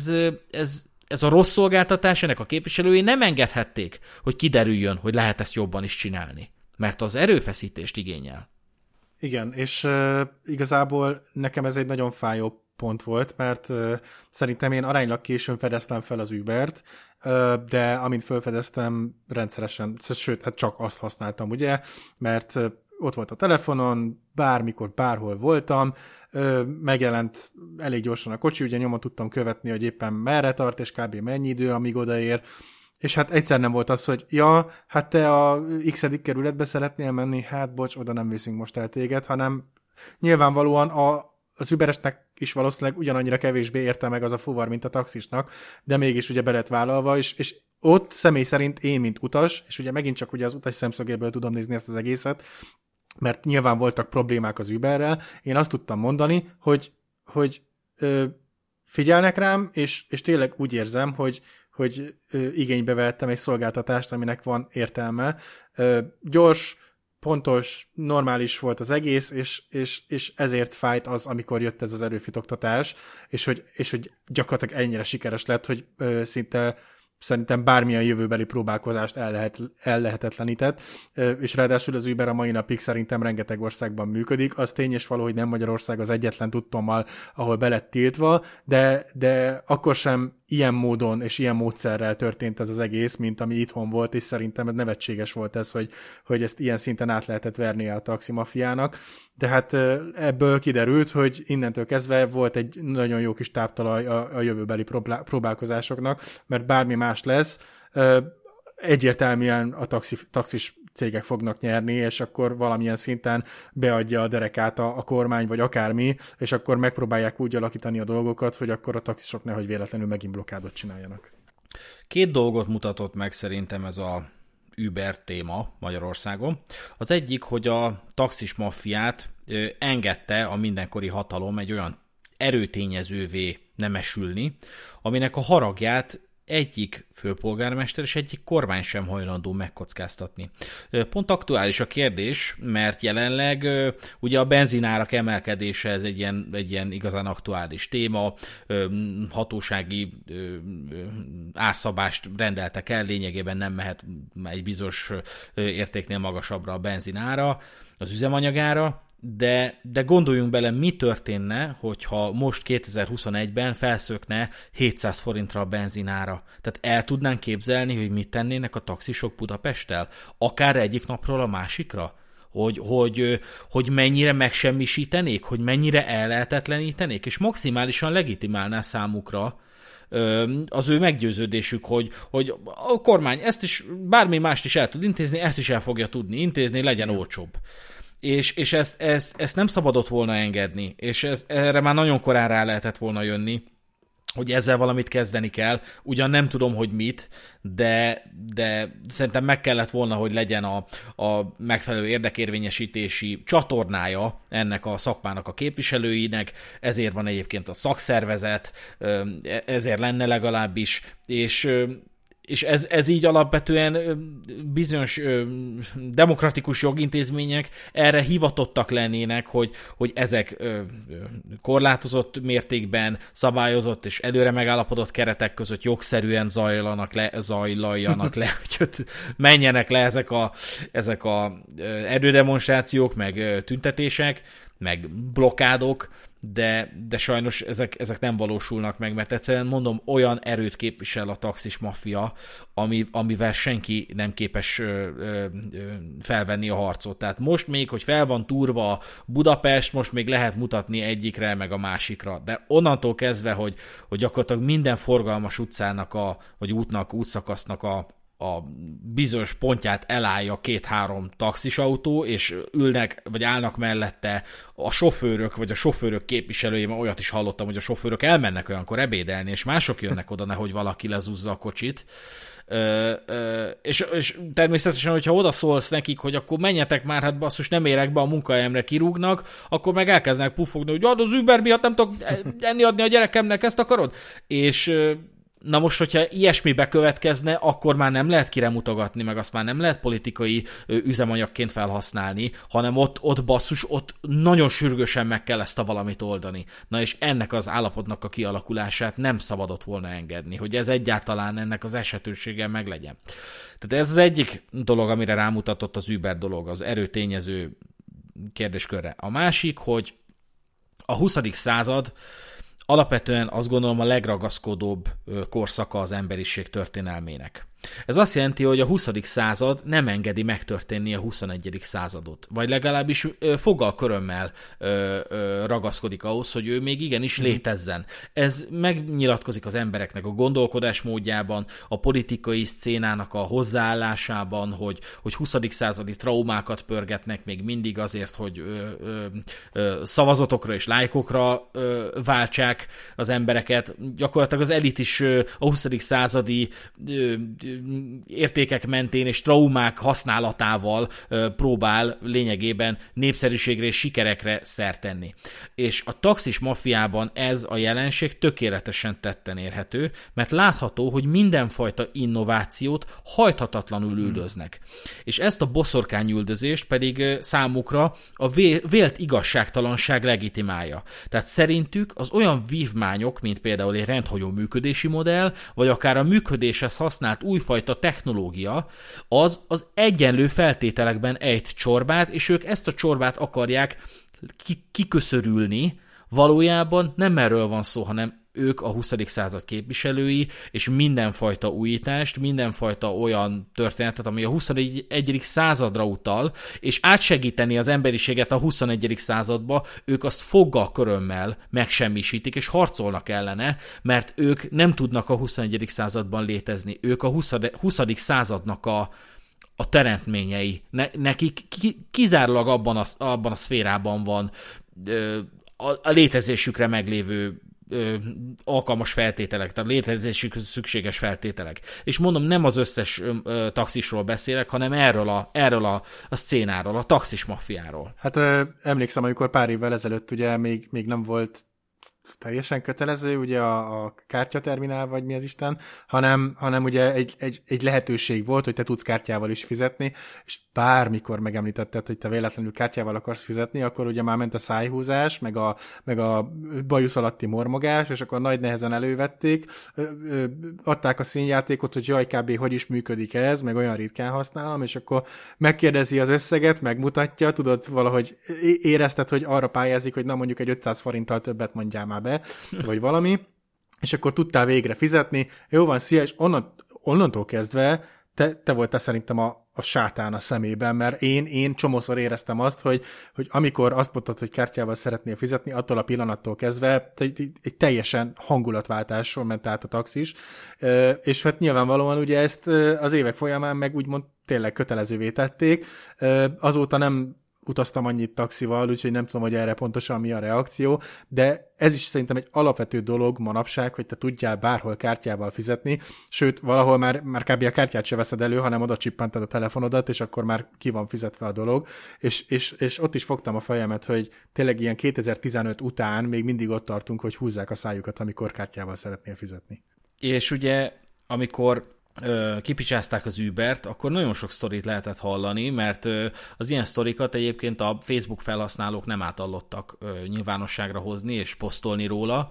ez a rossz szolgáltatás, ennek a képviselői nem engedhették, hogy kiderüljön, hogy lehet ezt jobban is csinálni. Mert az erőfeszítést igényel. Igen, és igazából nekem ez egy nagyon fájó pont volt, mert szerintem én aránylag későn fedeztem fel az Ubert, de amint felfedeztem, rendszeresen, sőt, hát csak azt használtam, ugye, mert ott volt a telefonon, bármikor, bárhol voltam, megjelent elég gyorsan a kocsi, ugye nyomon tudtam követni, hogy éppen merre tart, és kb. Mennyi idő, amíg odaér, és hát egyszer nem volt az, hogy ja, hát te a x-edik kerületbe szeretnél menni, hát bocs, oda nem viszünk most el téged, hanem nyilvánvalóan az Uberesnek is valószínűleg ugyanannyira kevésbé érte meg az a fuvar, mint a taxisnak, de mégis ugye be lett vállalva, és ott személy szerint én, mint utas, és ugye megint csak ugye az utas szemszögéből tudom nézni ezt az egészet, mert nyilván voltak problémák az Uberrel, én azt tudtam mondani, hogy figyelnek rám, és tényleg úgy érzem, hogy igénybe vettem egy szolgáltatást, aminek van értelme. Gyors, pontos, normális volt az egész, és ezért fájt az, amikor jött ez az erőfitoktatás, és hogy gyakorlatilag ennyire sikeres lett, hogy szinte szerintem bármilyen jövőbeli próbálkozást ellehetetlenített, és ráadásul az Uber a mai napig szerintem rengeteg országban működik. Az tény és való, hogy nem Magyarország az egyetlen tudtommal, ahol be lett tiltva, de akkor sem ilyen módon és ilyen módszerrel történt ez az egész, mint ami itthon volt, és szerintem ez nevetséges volt ez, hogy ezt ilyen szinten át lehetett verni a taximafiának. De hát ebből kiderült, hogy innentől kezdve volt egy nagyon jó kis táptalaj a jövőbeli próbálkozásoknak, mert bármi más lesz, egyértelműen a taxis cégek fognak nyerni, és akkor valamilyen szinten beadja a derekát a kormány, vagy akármi, és akkor megpróbálják úgy alakítani a dolgokat, hogy akkor a taxisok nehogy véletlenül megint blokkádot csináljanak. Két dolgot mutatott meg szerintem ez a Uber téma Magyarországon. Az egyik, hogy a taxis maffiát engedte a mindenkori hatalom egy olyan erőtényezővé nemesülni, aminek a haragját egyik főpolgármester és egyik kormány sem hajlandó megkockáztatni. Pont aktuális a kérdés, mert jelenleg ugye a benzinárak emelkedése ez egy ilyen igazán aktuális téma, hatósági árszabást rendeltek el, lényegében nem mehet egy bizonyos értéknél magasabbra a benzinára, az üzemanyagára, de gondoljunk bele, mi történne, hogyha most 2021-ben felszökne 700 forintra a benzinára. Tehát el tudnánk képzelni, hogy mit tennének a taxisok Budapesttel? Akár egyik napról a másikra? Hogy mennyire megsemmisítenék, hogy mennyire ellehetetlenítenék, és maximálisan legitimálná számukra az ő meggyőződésük, hogy a kormány ezt is, bármi mást is el tud intézni, ezt is el fogja tudni intézni, legyen olcsóbb. És ezt nem szabadott volna engedni, és erre már nagyon korán rá lehetett volna jönni, hogy ezzel valamit kezdeni kell. Ugyan nem tudom, hogy mit, de szerintem meg kellett volna, hogy legyen a megfelelő érdekérvényesítési csatornája ennek a szakmának a képviselőinek, ezért van egyébként a szakszervezet, ezért lenne legalábbis, és ez így alapvetően bizonyos demokratikus jogintézmények erre hivatottak lennének, hogy ezek korlátozott mértékben szabályozott és előre megállapodott keretek között jogszerűen zajlaljanak le, hogy menjenek le ezek a erődemonstrációk, meg tüntetések, meg blokkádok, de sajnos ezek nem valósulnak meg, mert egyszerűen mondom, olyan erőt képvisel a taxis maffia, amivel senki nem képes felvenni a harcot. Tehát most még, hogy fel van túrva Budapest, most még lehet mutatni egyikre, meg a másikra, de onnantól kezdve, hogy gyakorlatilag minden forgalmas utcának, vagy útszakasznak a bizonyos pontját elállja 2-3 taxisautó, és ülnek, vagy állnak mellette a sofőrök, vagy a sofőrök képviselői, mert olyat is hallottam, hogy a sofőrök elmennek olyankor ebédelni, és mások jönnek oda, nehogy valaki lezúzza a kocsit. És természetesen, hogyha oda szólsz nekik, hogy akkor menjetek már, hát basszus, nem érek be a munkahelyemre, kirúgnak, akkor meg elkezdenek pufogni, hogy az Uber miatt nem tudok enni adni a gyerekemnek, ezt akarod? És na most, hogyha ilyesmi bekövetkezne, akkor már nem lehet kiremutogatni, meg azt már nem lehet politikai üzemanyagként felhasználni, hanem ott basszus, ott nagyon sürgősen meg kell ezt a valamit oldani. Na és ennek az állapotnak a kialakulását nem szabadott volna engedni, hogy ez egyáltalán ennek az esetősége meglegyen. Tehát ez az egyik dolog, amire rámutatott az Uber dolog, az erőtényező kérdéskörre. A másik, hogy a 20. század alapvetően azt gondolom a legragaszkodóbb korszaka az emberiség történelmének. Ez azt jelenti, hogy a 20. század nem engedi megtörténni a 21. századot. Vagy legalábbis fogalkörömmel ragaszkodik ahhoz, hogy ő még igenis létezzen. Ez megnyilatkozik az embereknek a gondolkodásmódjában, a politikai szcénának a hozzáállásában, hogy 20. századi traumákat pörgetnek még mindig azért, hogy szavazatokra és lájkokra váltsák az embereket. Gyakorlatilag az elit is a 20. századi értékek mentén és traumák használatával próbál lényegében népszerűségre és sikerekre szert tenni. És a taxis maffiában ez a jelenség tökéletesen tetten érhető, mert látható, hogy mindenfajta innovációt hajthatatlanul üldöznek. És ezt a boszorkányüldözést pedig számukra a vélt igazságtalanság legitimálja. Tehát szerintük az olyan vívmányok, mint például egy rendhagyó működési modell, vagy akár a működéshez használt újfajta technológia, az egyenlő feltételekben ejt csorbát, és ők ezt a csorbát akarják kiköszörülni. Valójában nem erről van szó, hanem ők a 20. század képviselői, és mindenfajta újítást, mindenfajta olyan történetet, ami a 21. századra utal, és átsegíteni az emberiséget a 21. századba, ők azt foggal körömmel megsemmisítik, és harcolnak ellene, mert ők nem tudnak a 21. században létezni. Ők a 20. századnak a teremtményei. Nekik kizárólag abban a szférában van a létezésükre meglévő alkalmas feltételek, tehát létezésük szükséges feltételek. És mondom, nem az összes taxisról beszélek, hanem erről a szcénáról, a taxis maffiáról. Hát emlékszem, amikor pár évvel ezelőtt ugye még nem volt teljesen kötelező ugye a kártyaterminál, vagy mi az Isten, hanem ugye egy lehetőség volt, hogy te tudsz kártyával is fizetni, és bármikor megemlítetted, hogy te véletlenül kártyával akarsz fizetni, akkor ugye már ment a szájhúzás, meg a bajusz alatti mormogás, és akkor nagy nehezen elővették, adták a színjátékot, hogy jaj, kb. Hogy is működik ez, meg olyan ritkán használom, és akkor megkérdezi az összeget, megmutatja, tudod, valahogy érezted, hogy arra pályázik, hogy na mondjuk egy 500 forinttal többet mondjál már be, vagy valami, és akkor tudtál végre fizetni, jó van, szia, és onnantól kezdve te voltál szerintem a sátán a szemében, mert én csomószor éreztem azt, hogy amikor azt mondtad, hogy kártyával szeretnél fizetni, attól a pillanattól kezdve egy teljesen hangulatváltásról ment át a taxis, és hát nyilvánvalóan ugye ezt az évek folyamán meg úgymond tényleg kötelezővé tették, azóta nem utaztam annyit taxival, úgyhogy nem tudom, hogy erre pontosan mi a reakció, de ez is szerintem egy alapvető dolog manapság, hogy te tudjál bárhol kártyával fizetni, sőt, valahol már kb. A kártyát se veszed elő, hanem oda csippantad a telefonodat, és akkor már ki van fizetve a dolog, és ott is fogtam a fejemet, hogy tényleg ilyen 2015 után még mindig ott tartunk, hogy húzzák a szájukat, amikor kártyával szeretnél fizetni. És ugye, amikor kipicsázták az Ubert, akkor nagyon sok sztorit lehetett hallani, mert az ilyen sztorikat egyébként a Facebook felhasználók nem átallottak nyilvánosságra hozni és posztolni róla,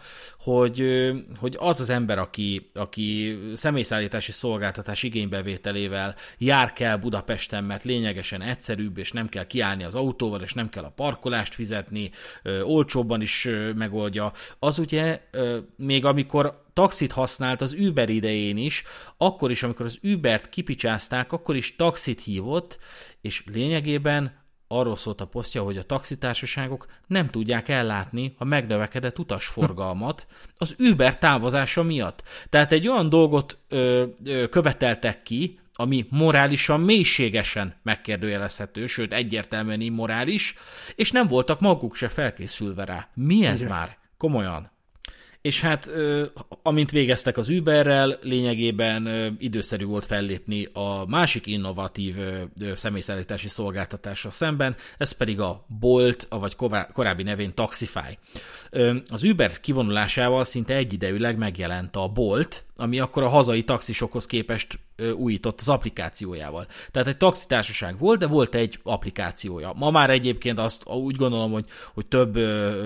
hogy az az ember, aki személyszállítási szolgáltatás igénybevételével jár kell Budapesten, mert lényegesen egyszerűbb, és nem kell kiállni az autóval, és nem kell a parkolást fizetni, olcsóbban is megoldja, az ugye még amikor taxit használt az Uber idején is, akkor is, amikor az Ubert kipicsázták, akkor is taxit hívott, és lényegében arról szólt a posztja, hogy a taxitársaságok nem tudják ellátni a megnövekedett utasforgalmat az Uber távozása miatt. Tehát egy olyan dolgot követeltek ki, ami morálisan mélységesen megkérdőjelezhető, sőt egyértelműen immorális, és nem voltak maguk se felkészülve rá. Mi ez már? Komolyan. És hát amint végeztek az Uberrel, lényegében időszerű volt fellépni a másik innovatív személyszállítási szolgáltatásra szemben, ez pedig a Bolt, vagy korábbi nevén Taxify. Az Uber kivonulásával szinte egyidejűleg megjelent a Bolt, ami akkor a hazai taxisokhoz képest újított az applikációjával. Tehát egy taxitársaság volt, de volt egy applikációja. Ma már egyébként azt úgy gondolom, hogy több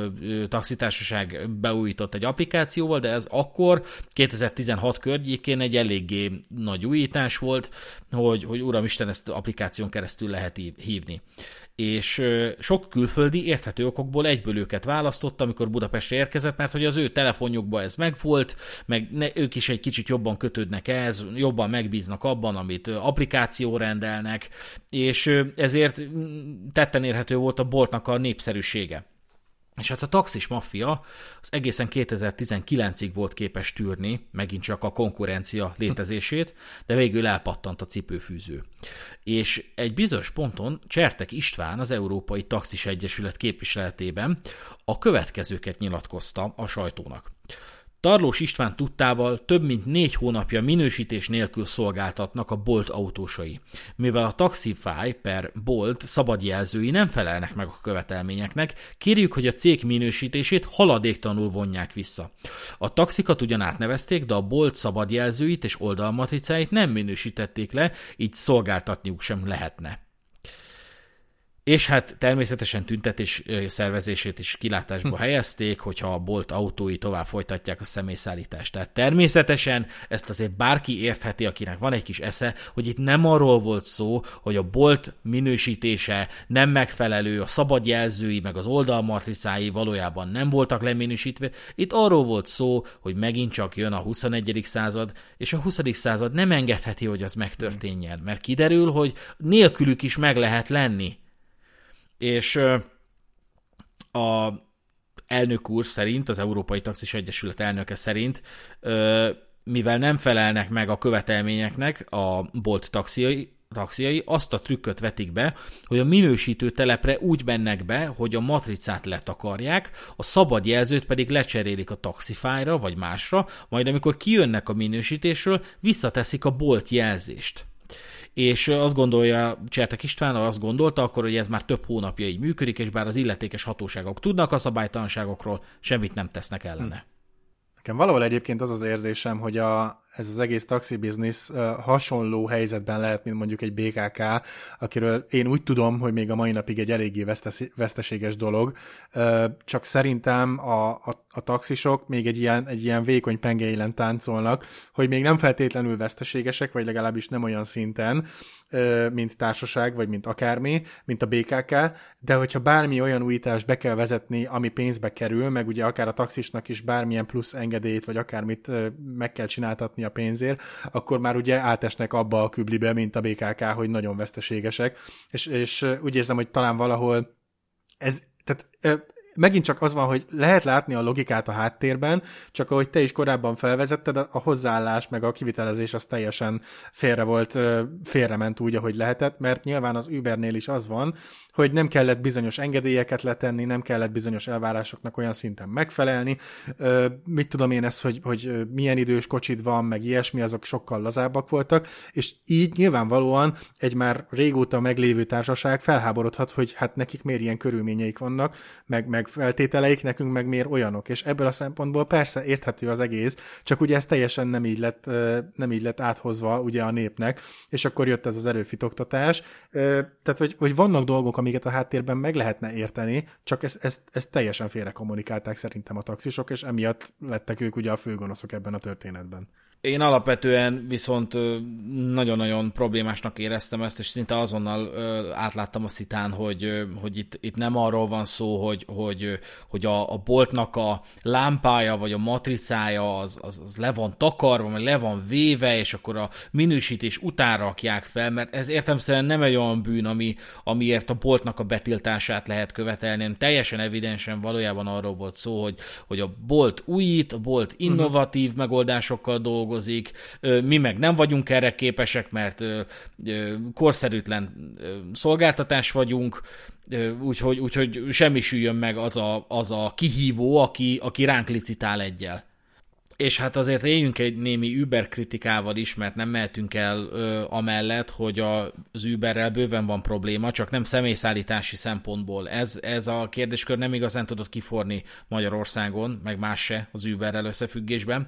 taxitársaság beújított egy applikációval, de ez akkor 2016 környékén egy eléggé nagy újítás volt, hogy uramisten, ezt applikáción keresztül lehet hívni. És sok külföldi érthető okokból egyből őket választotta, amikor Budapestre érkezett, mert hogy az ő telefonjukban ez megvolt, meg ők is egy kicsit jobban kötődnek ehhez, jobban megbíznak abban, amit applikáció rendelnek, és ezért tetten érhető volt a Boltnak a népszerűsége. És hát a taxis maffia az egészen 2019-ig volt képes tűrni, megint csak a konkurencia létezését, de végül elpattant a cipőfűző. És egy bizonyos ponton Csertek István az Európai Taxis Egyesület képviseletében a következőket nyilatkozta a sajtónak. Tarlós István tudtával több mint 4 hónapja minősítés nélkül szolgáltatnak a Bolt autósai. Mivel a Taxify per Bolt szabadjelzői nem felelnek meg a követelményeknek, kérjük, hogy a cég minősítését haladéktalanul vonják vissza. A taxikat ugyan átnevezték, de a Bolt szabadjelzőit és oldalmatricáit nem minősítették le, így szolgáltatniuk sem lehetne. És hát természetesen tüntetés szervezését is kilátásba helyezték, hogyha a Bolt autói tovább folytatják a személyszállítást. Tehát természetesen ezt azért bárki értheti, akinek van egy kis esze, hogy itt nem arról volt szó, hogy a Bolt minősítése nem megfelelő, a szabadjelzői meg az oldalmatricái valójában nem voltak leminősítve. Itt arról volt szó, hogy megint csak jön a 21. század, és a 20. század nem engedheti, hogy az megtörténjen, mert kiderül, hogy nélkülük is meg lehet lenni. És a elnök úr szerint, az Európai Taxis Egyesület elnöke szerint, mivel nem felelnek meg a követelményeknek a Bolt taxiai, taxiai azt a trükköt vetik be, hogy a minősítő telepre úgy mennek be, hogy a matricát letakarják, a szabad jelzőt pedig lecserélik a Taxify-ra vagy másra, majd amikor kijönnek a minősítésről, visszateszik a bolt jelzést. És azt gondolja Csertek István, azt gondolta akkor, hogy ez már több hónapja így működik, és bár az illetékes hatóságok tudnak a szabálytalanságokról, semmit nem tesznek ellene. Nekem valahol egyébként az az érzésem, hogy ez az egész taxi biznisz hasonló helyzetben lehet, mint mondjuk egy BKK, akiről én úgy tudom, hogy még a mai napig egy eléggé veszteséges dolog, csak szerintem a taxisok még egy ilyen vékony pengeilen táncolnak, hogy még nem feltétlenül veszteségesek, vagy legalábbis nem olyan szinten, mint társaság, vagy mint akármi, mint a BKK, de hogyha bármi olyan újítást be kell vezetni, ami pénzbe kerül, meg ugye akár a taxisnak is bármilyen plusz engedélyt, vagy akármit meg kell csináltatni a pénzért, akkor már ugye átesnek abba a küblibe, mint a BKK, hogy nagyon veszteségesek, és úgy érzem, hogy talán valahol megint csak az van, hogy lehet látni a logikát a háttérben, csak ahogy te is korábban felvezetted, a hozzáállás meg a kivitelezés az teljesen félrement úgy, ahogy lehetett, mert nyilván az Ubernél is az van, hogy nem kellett bizonyos engedélyeket letenni, nem kellett bizonyos elvárásoknak olyan szinten megfelelni. Mit tudom én ezt, hogy milyen idős kocsid van, meg ilyesmi, azok sokkal lazábbak voltak, és így nyilvánvalóan egy már régóta meglévő társaság felháborodhat, hogy hát nekik miért ilyen körülményeik vannak, meg feltételeik, nekünk meg miért olyanok. És ebből a szempontból persze érthető az egész, csak ugye ez teljesen nem így lett áthozva ugye a népnek, és akkor jött ez az erőfitoktatás. Tehát, hogy vannak dolgok, amiket a háttérben meg lehetne érteni, csak ezt teljesen félre kommunikálták szerintem a taxisok, és emiatt lettek ők ugye a főgonoszok ebben a történetben. Én alapvetően viszont nagyon-nagyon problémásnak éreztem ezt, és szinte azonnal átláttam a szitán, hogy itt nem arról van szó, hogy a boltnak a lámpája vagy a matricája az le van takarva, vagy le van véve, és akkor a minősítés után rakják fel, mert ez értelemszerűen nem egy olyan bűn, amiért a boltnak a betiltását lehet követelni, hanem teljesen evidensen valójában arról volt szó, hogy a bolt újít, a bolt innovatív megoldásokkal dolgozik, mi meg nem vagyunk erre képesek, mert korszerűtlen szolgáltatás vagyunk, úgyhogy semmi süljön meg az a kihívó, aki ránk licitál eggyel. És hát azért éljünk egy némi Uber kritikával is, mert nem mehetünk el amellett, hogy az Uberrel bőven van probléma, csak nem személyszállítási szempontból. Ez a kérdéskör nem igazán tudott kiforni Magyarországon, meg más se az Uberrel összefüggésben.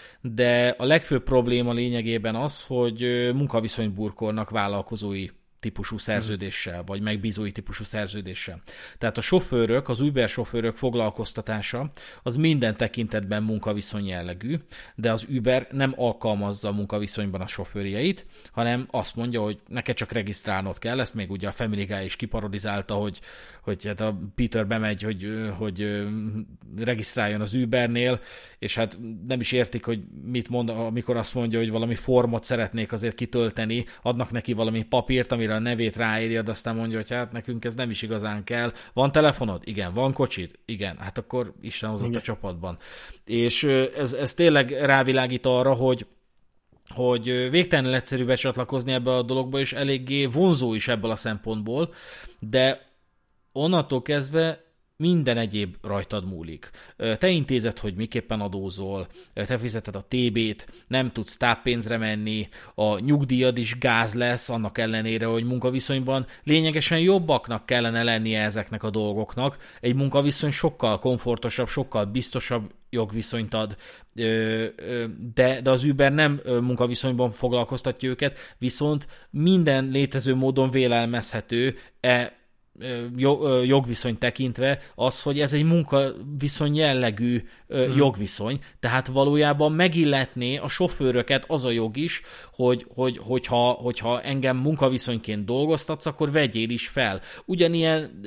De a legfőbb probléma lényegében az, hogy munkaviszonyt burkolnak vállalkozói típusú szerződéssel, vagy megbízói típusú szerződéssel. Tehát a sofőrök, az Uber sofőrök foglalkoztatása az minden tekintetben munkaviszony jellegű, de az Uber nem alkalmazza a munkaviszonyban a sofőrjeit, hanem azt mondja, hogy neked csak regisztrálnod kell, ezt még ugye a Family Guy is kiparodizálta, hogy hát a Peter bemegy, hogy regisztráljon az Ubernél, és hát nem is értik, hogy mit mond, amikor azt mondja, hogy valami formot szeretnék azért kitölteni, adnak neki valami papírt, amire a nevét ráírja, de aztán mondja, hogy hát nekünk ez nem is igazán kell. Van telefonod? Igen. Van kocsid? Igen. Hát akkor Isten hozott a csapatban. És ez tényleg rávilágít arra, hogy végtelenül egyszerű becsatlakozni ebbe a dologba, és eléggé vonzó is ebből a szempontból, de onnantól kezdve minden egyéb rajtad múlik. Te intézed, hogy miképpen adózol, te fizeted a TB-t, nem tudsz táppénzre menni, a nyugdíjad is gáz lesz, annak ellenére, hogy munkaviszonyban lényegesen jobbaknak kellene lennie ezeknek a dolgoknak. Egy munkaviszony sokkal komfortosabb, sokkal biztosabb jogviszonyt ad, de az Uber nem munkaviszonyban foglalkoztatja őket, viszont minden létező módon vélelmezhető jogviszony tekintve az, hogy ez egy munkaviszony jellegű jogviszony, tehát valójában megilletné a sofőröket az a jog is, hogyha engem munkaviszonyként dolgoztatsz, akkor vegyél is fel. Ugyanilyen,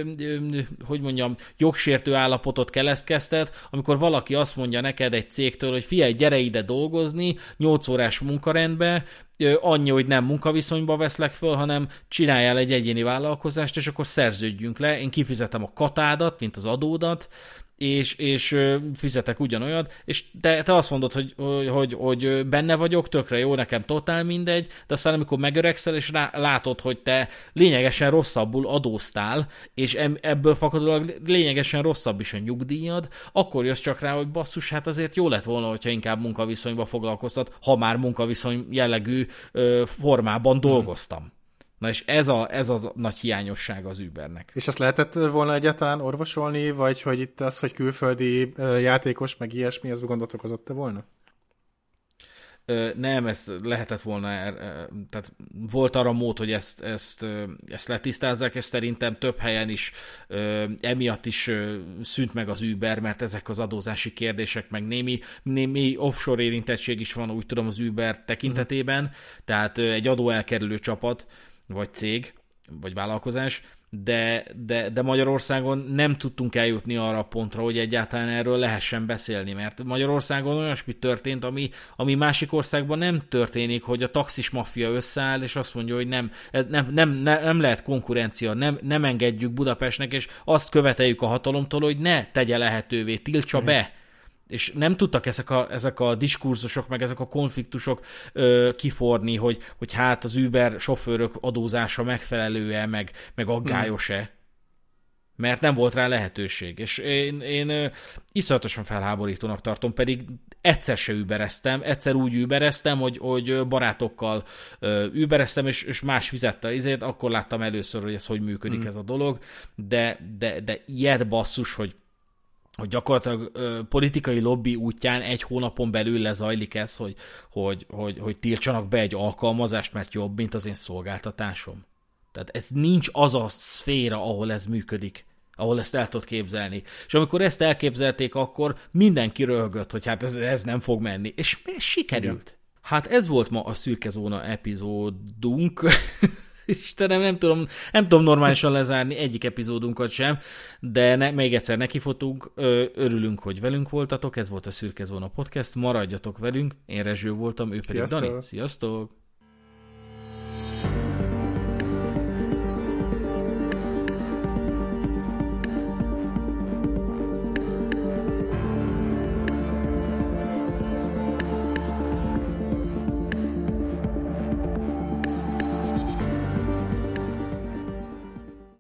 jogsértő állapotot keletkeztet, amikor valaki azt mondja neked egy cégtől, hogy figyelj, gyere ide dolgozni, 8 órás munkarendbe, annyi, hogy nem munkaviszonyba veszlek föl, hanem csináljál egy egyéni vállalkozást, és akkor szerződjünk le, én kifizetem a katádat, mint az adódat, és fizetek ugyanolyat, és te azt mondod, hogy benne vagyok, tökre jó, nekem totál mindegy, de aztán amikor megöregszel, és látod, hogy te lényegesen rosszabbul adóztál, és ebből fakadólag lényegesen rosszabb is a nyugdíjad, akkor jössz csak rá, hogy basszus, hát azért jó lett volna, hogyha inkább munkaviszonyban foglalkoztat, ha már munkaviszony jellegű formában dolgoztam. Na és ez a nagy hiányosság az Ubernek. És ezt lehetett volna egyáltalán orvosolni, vagy hogy itt az, hogy külföldi játékos, meg ilyesmi, ez gondot okozott-e volna? Nem, ez lehetett volna, tehát volt arra mód, hogy ezt letisztázzák, és szerintem több helyen is emiatt is szűnt meg az Uber, mert ezek az adózási kérdések, meg némi offshore érintettség is van, úgy tudom, az Uber tekintetében, tehát egy adóelkerülő csapat, vagy cég, vagy vállalkozás, de Magyarországon nem tudtunk eljutni arra a pontra, hogy egyáltalán erről lehessen beszélni, mert Magyarországon olyasmi történt, ami másik országban nem történik, hogy a taxis maffia összeáll, és azt mondja, hogy nem lehet konkurencia, nem engedjük Budapestnek, és azt követeljük a hatalomtól, hogy ne tegye lehetővé, tiltsa be. És nem tudtak ezek a diskurzusok, meg ezek a konfliktusok kiforni, hogy hát az Uber sofőrök adózása megfelelő-e, meg aggályos-e, mert nem volt rá lehetőség. És én iszonyatosan felháborítónak tartom, pedig egyszer se Ubereztem, egyszer úgy Ubereztem, hogy barátokkal Ubereztem, és más fizette azért, akkor láttam először, hogy ez hogy működik ez a dolog, de ilyet basszus, hogy gyakorlatilag politikai lobby útján egy hónapon belül lezajlik ez, hogy tiltsanak be egy alkalmazást, mert jobb, mint az én szolgáltatásom. Tehát ez nincs az a szféra, ahol ez működik, ahol ezt el tudod képzelni. És amikor ezt elképzelték, akkor mindenki röhögött, hogy hát ez nem fog menni. És sikerült. Igen. Hát ez volt ma a Szürke Zóna epizódunk. Istenem, nem tudom normálisan lezárni egyik epizódunkat sem, de még egyszer nekifutunk, örülünk, hogy velünk voltatok, ez volt a Szürke Zóna Podcast, maradjatok velünk, én Rezső voltam, ő pedig Dani. Sziasztok!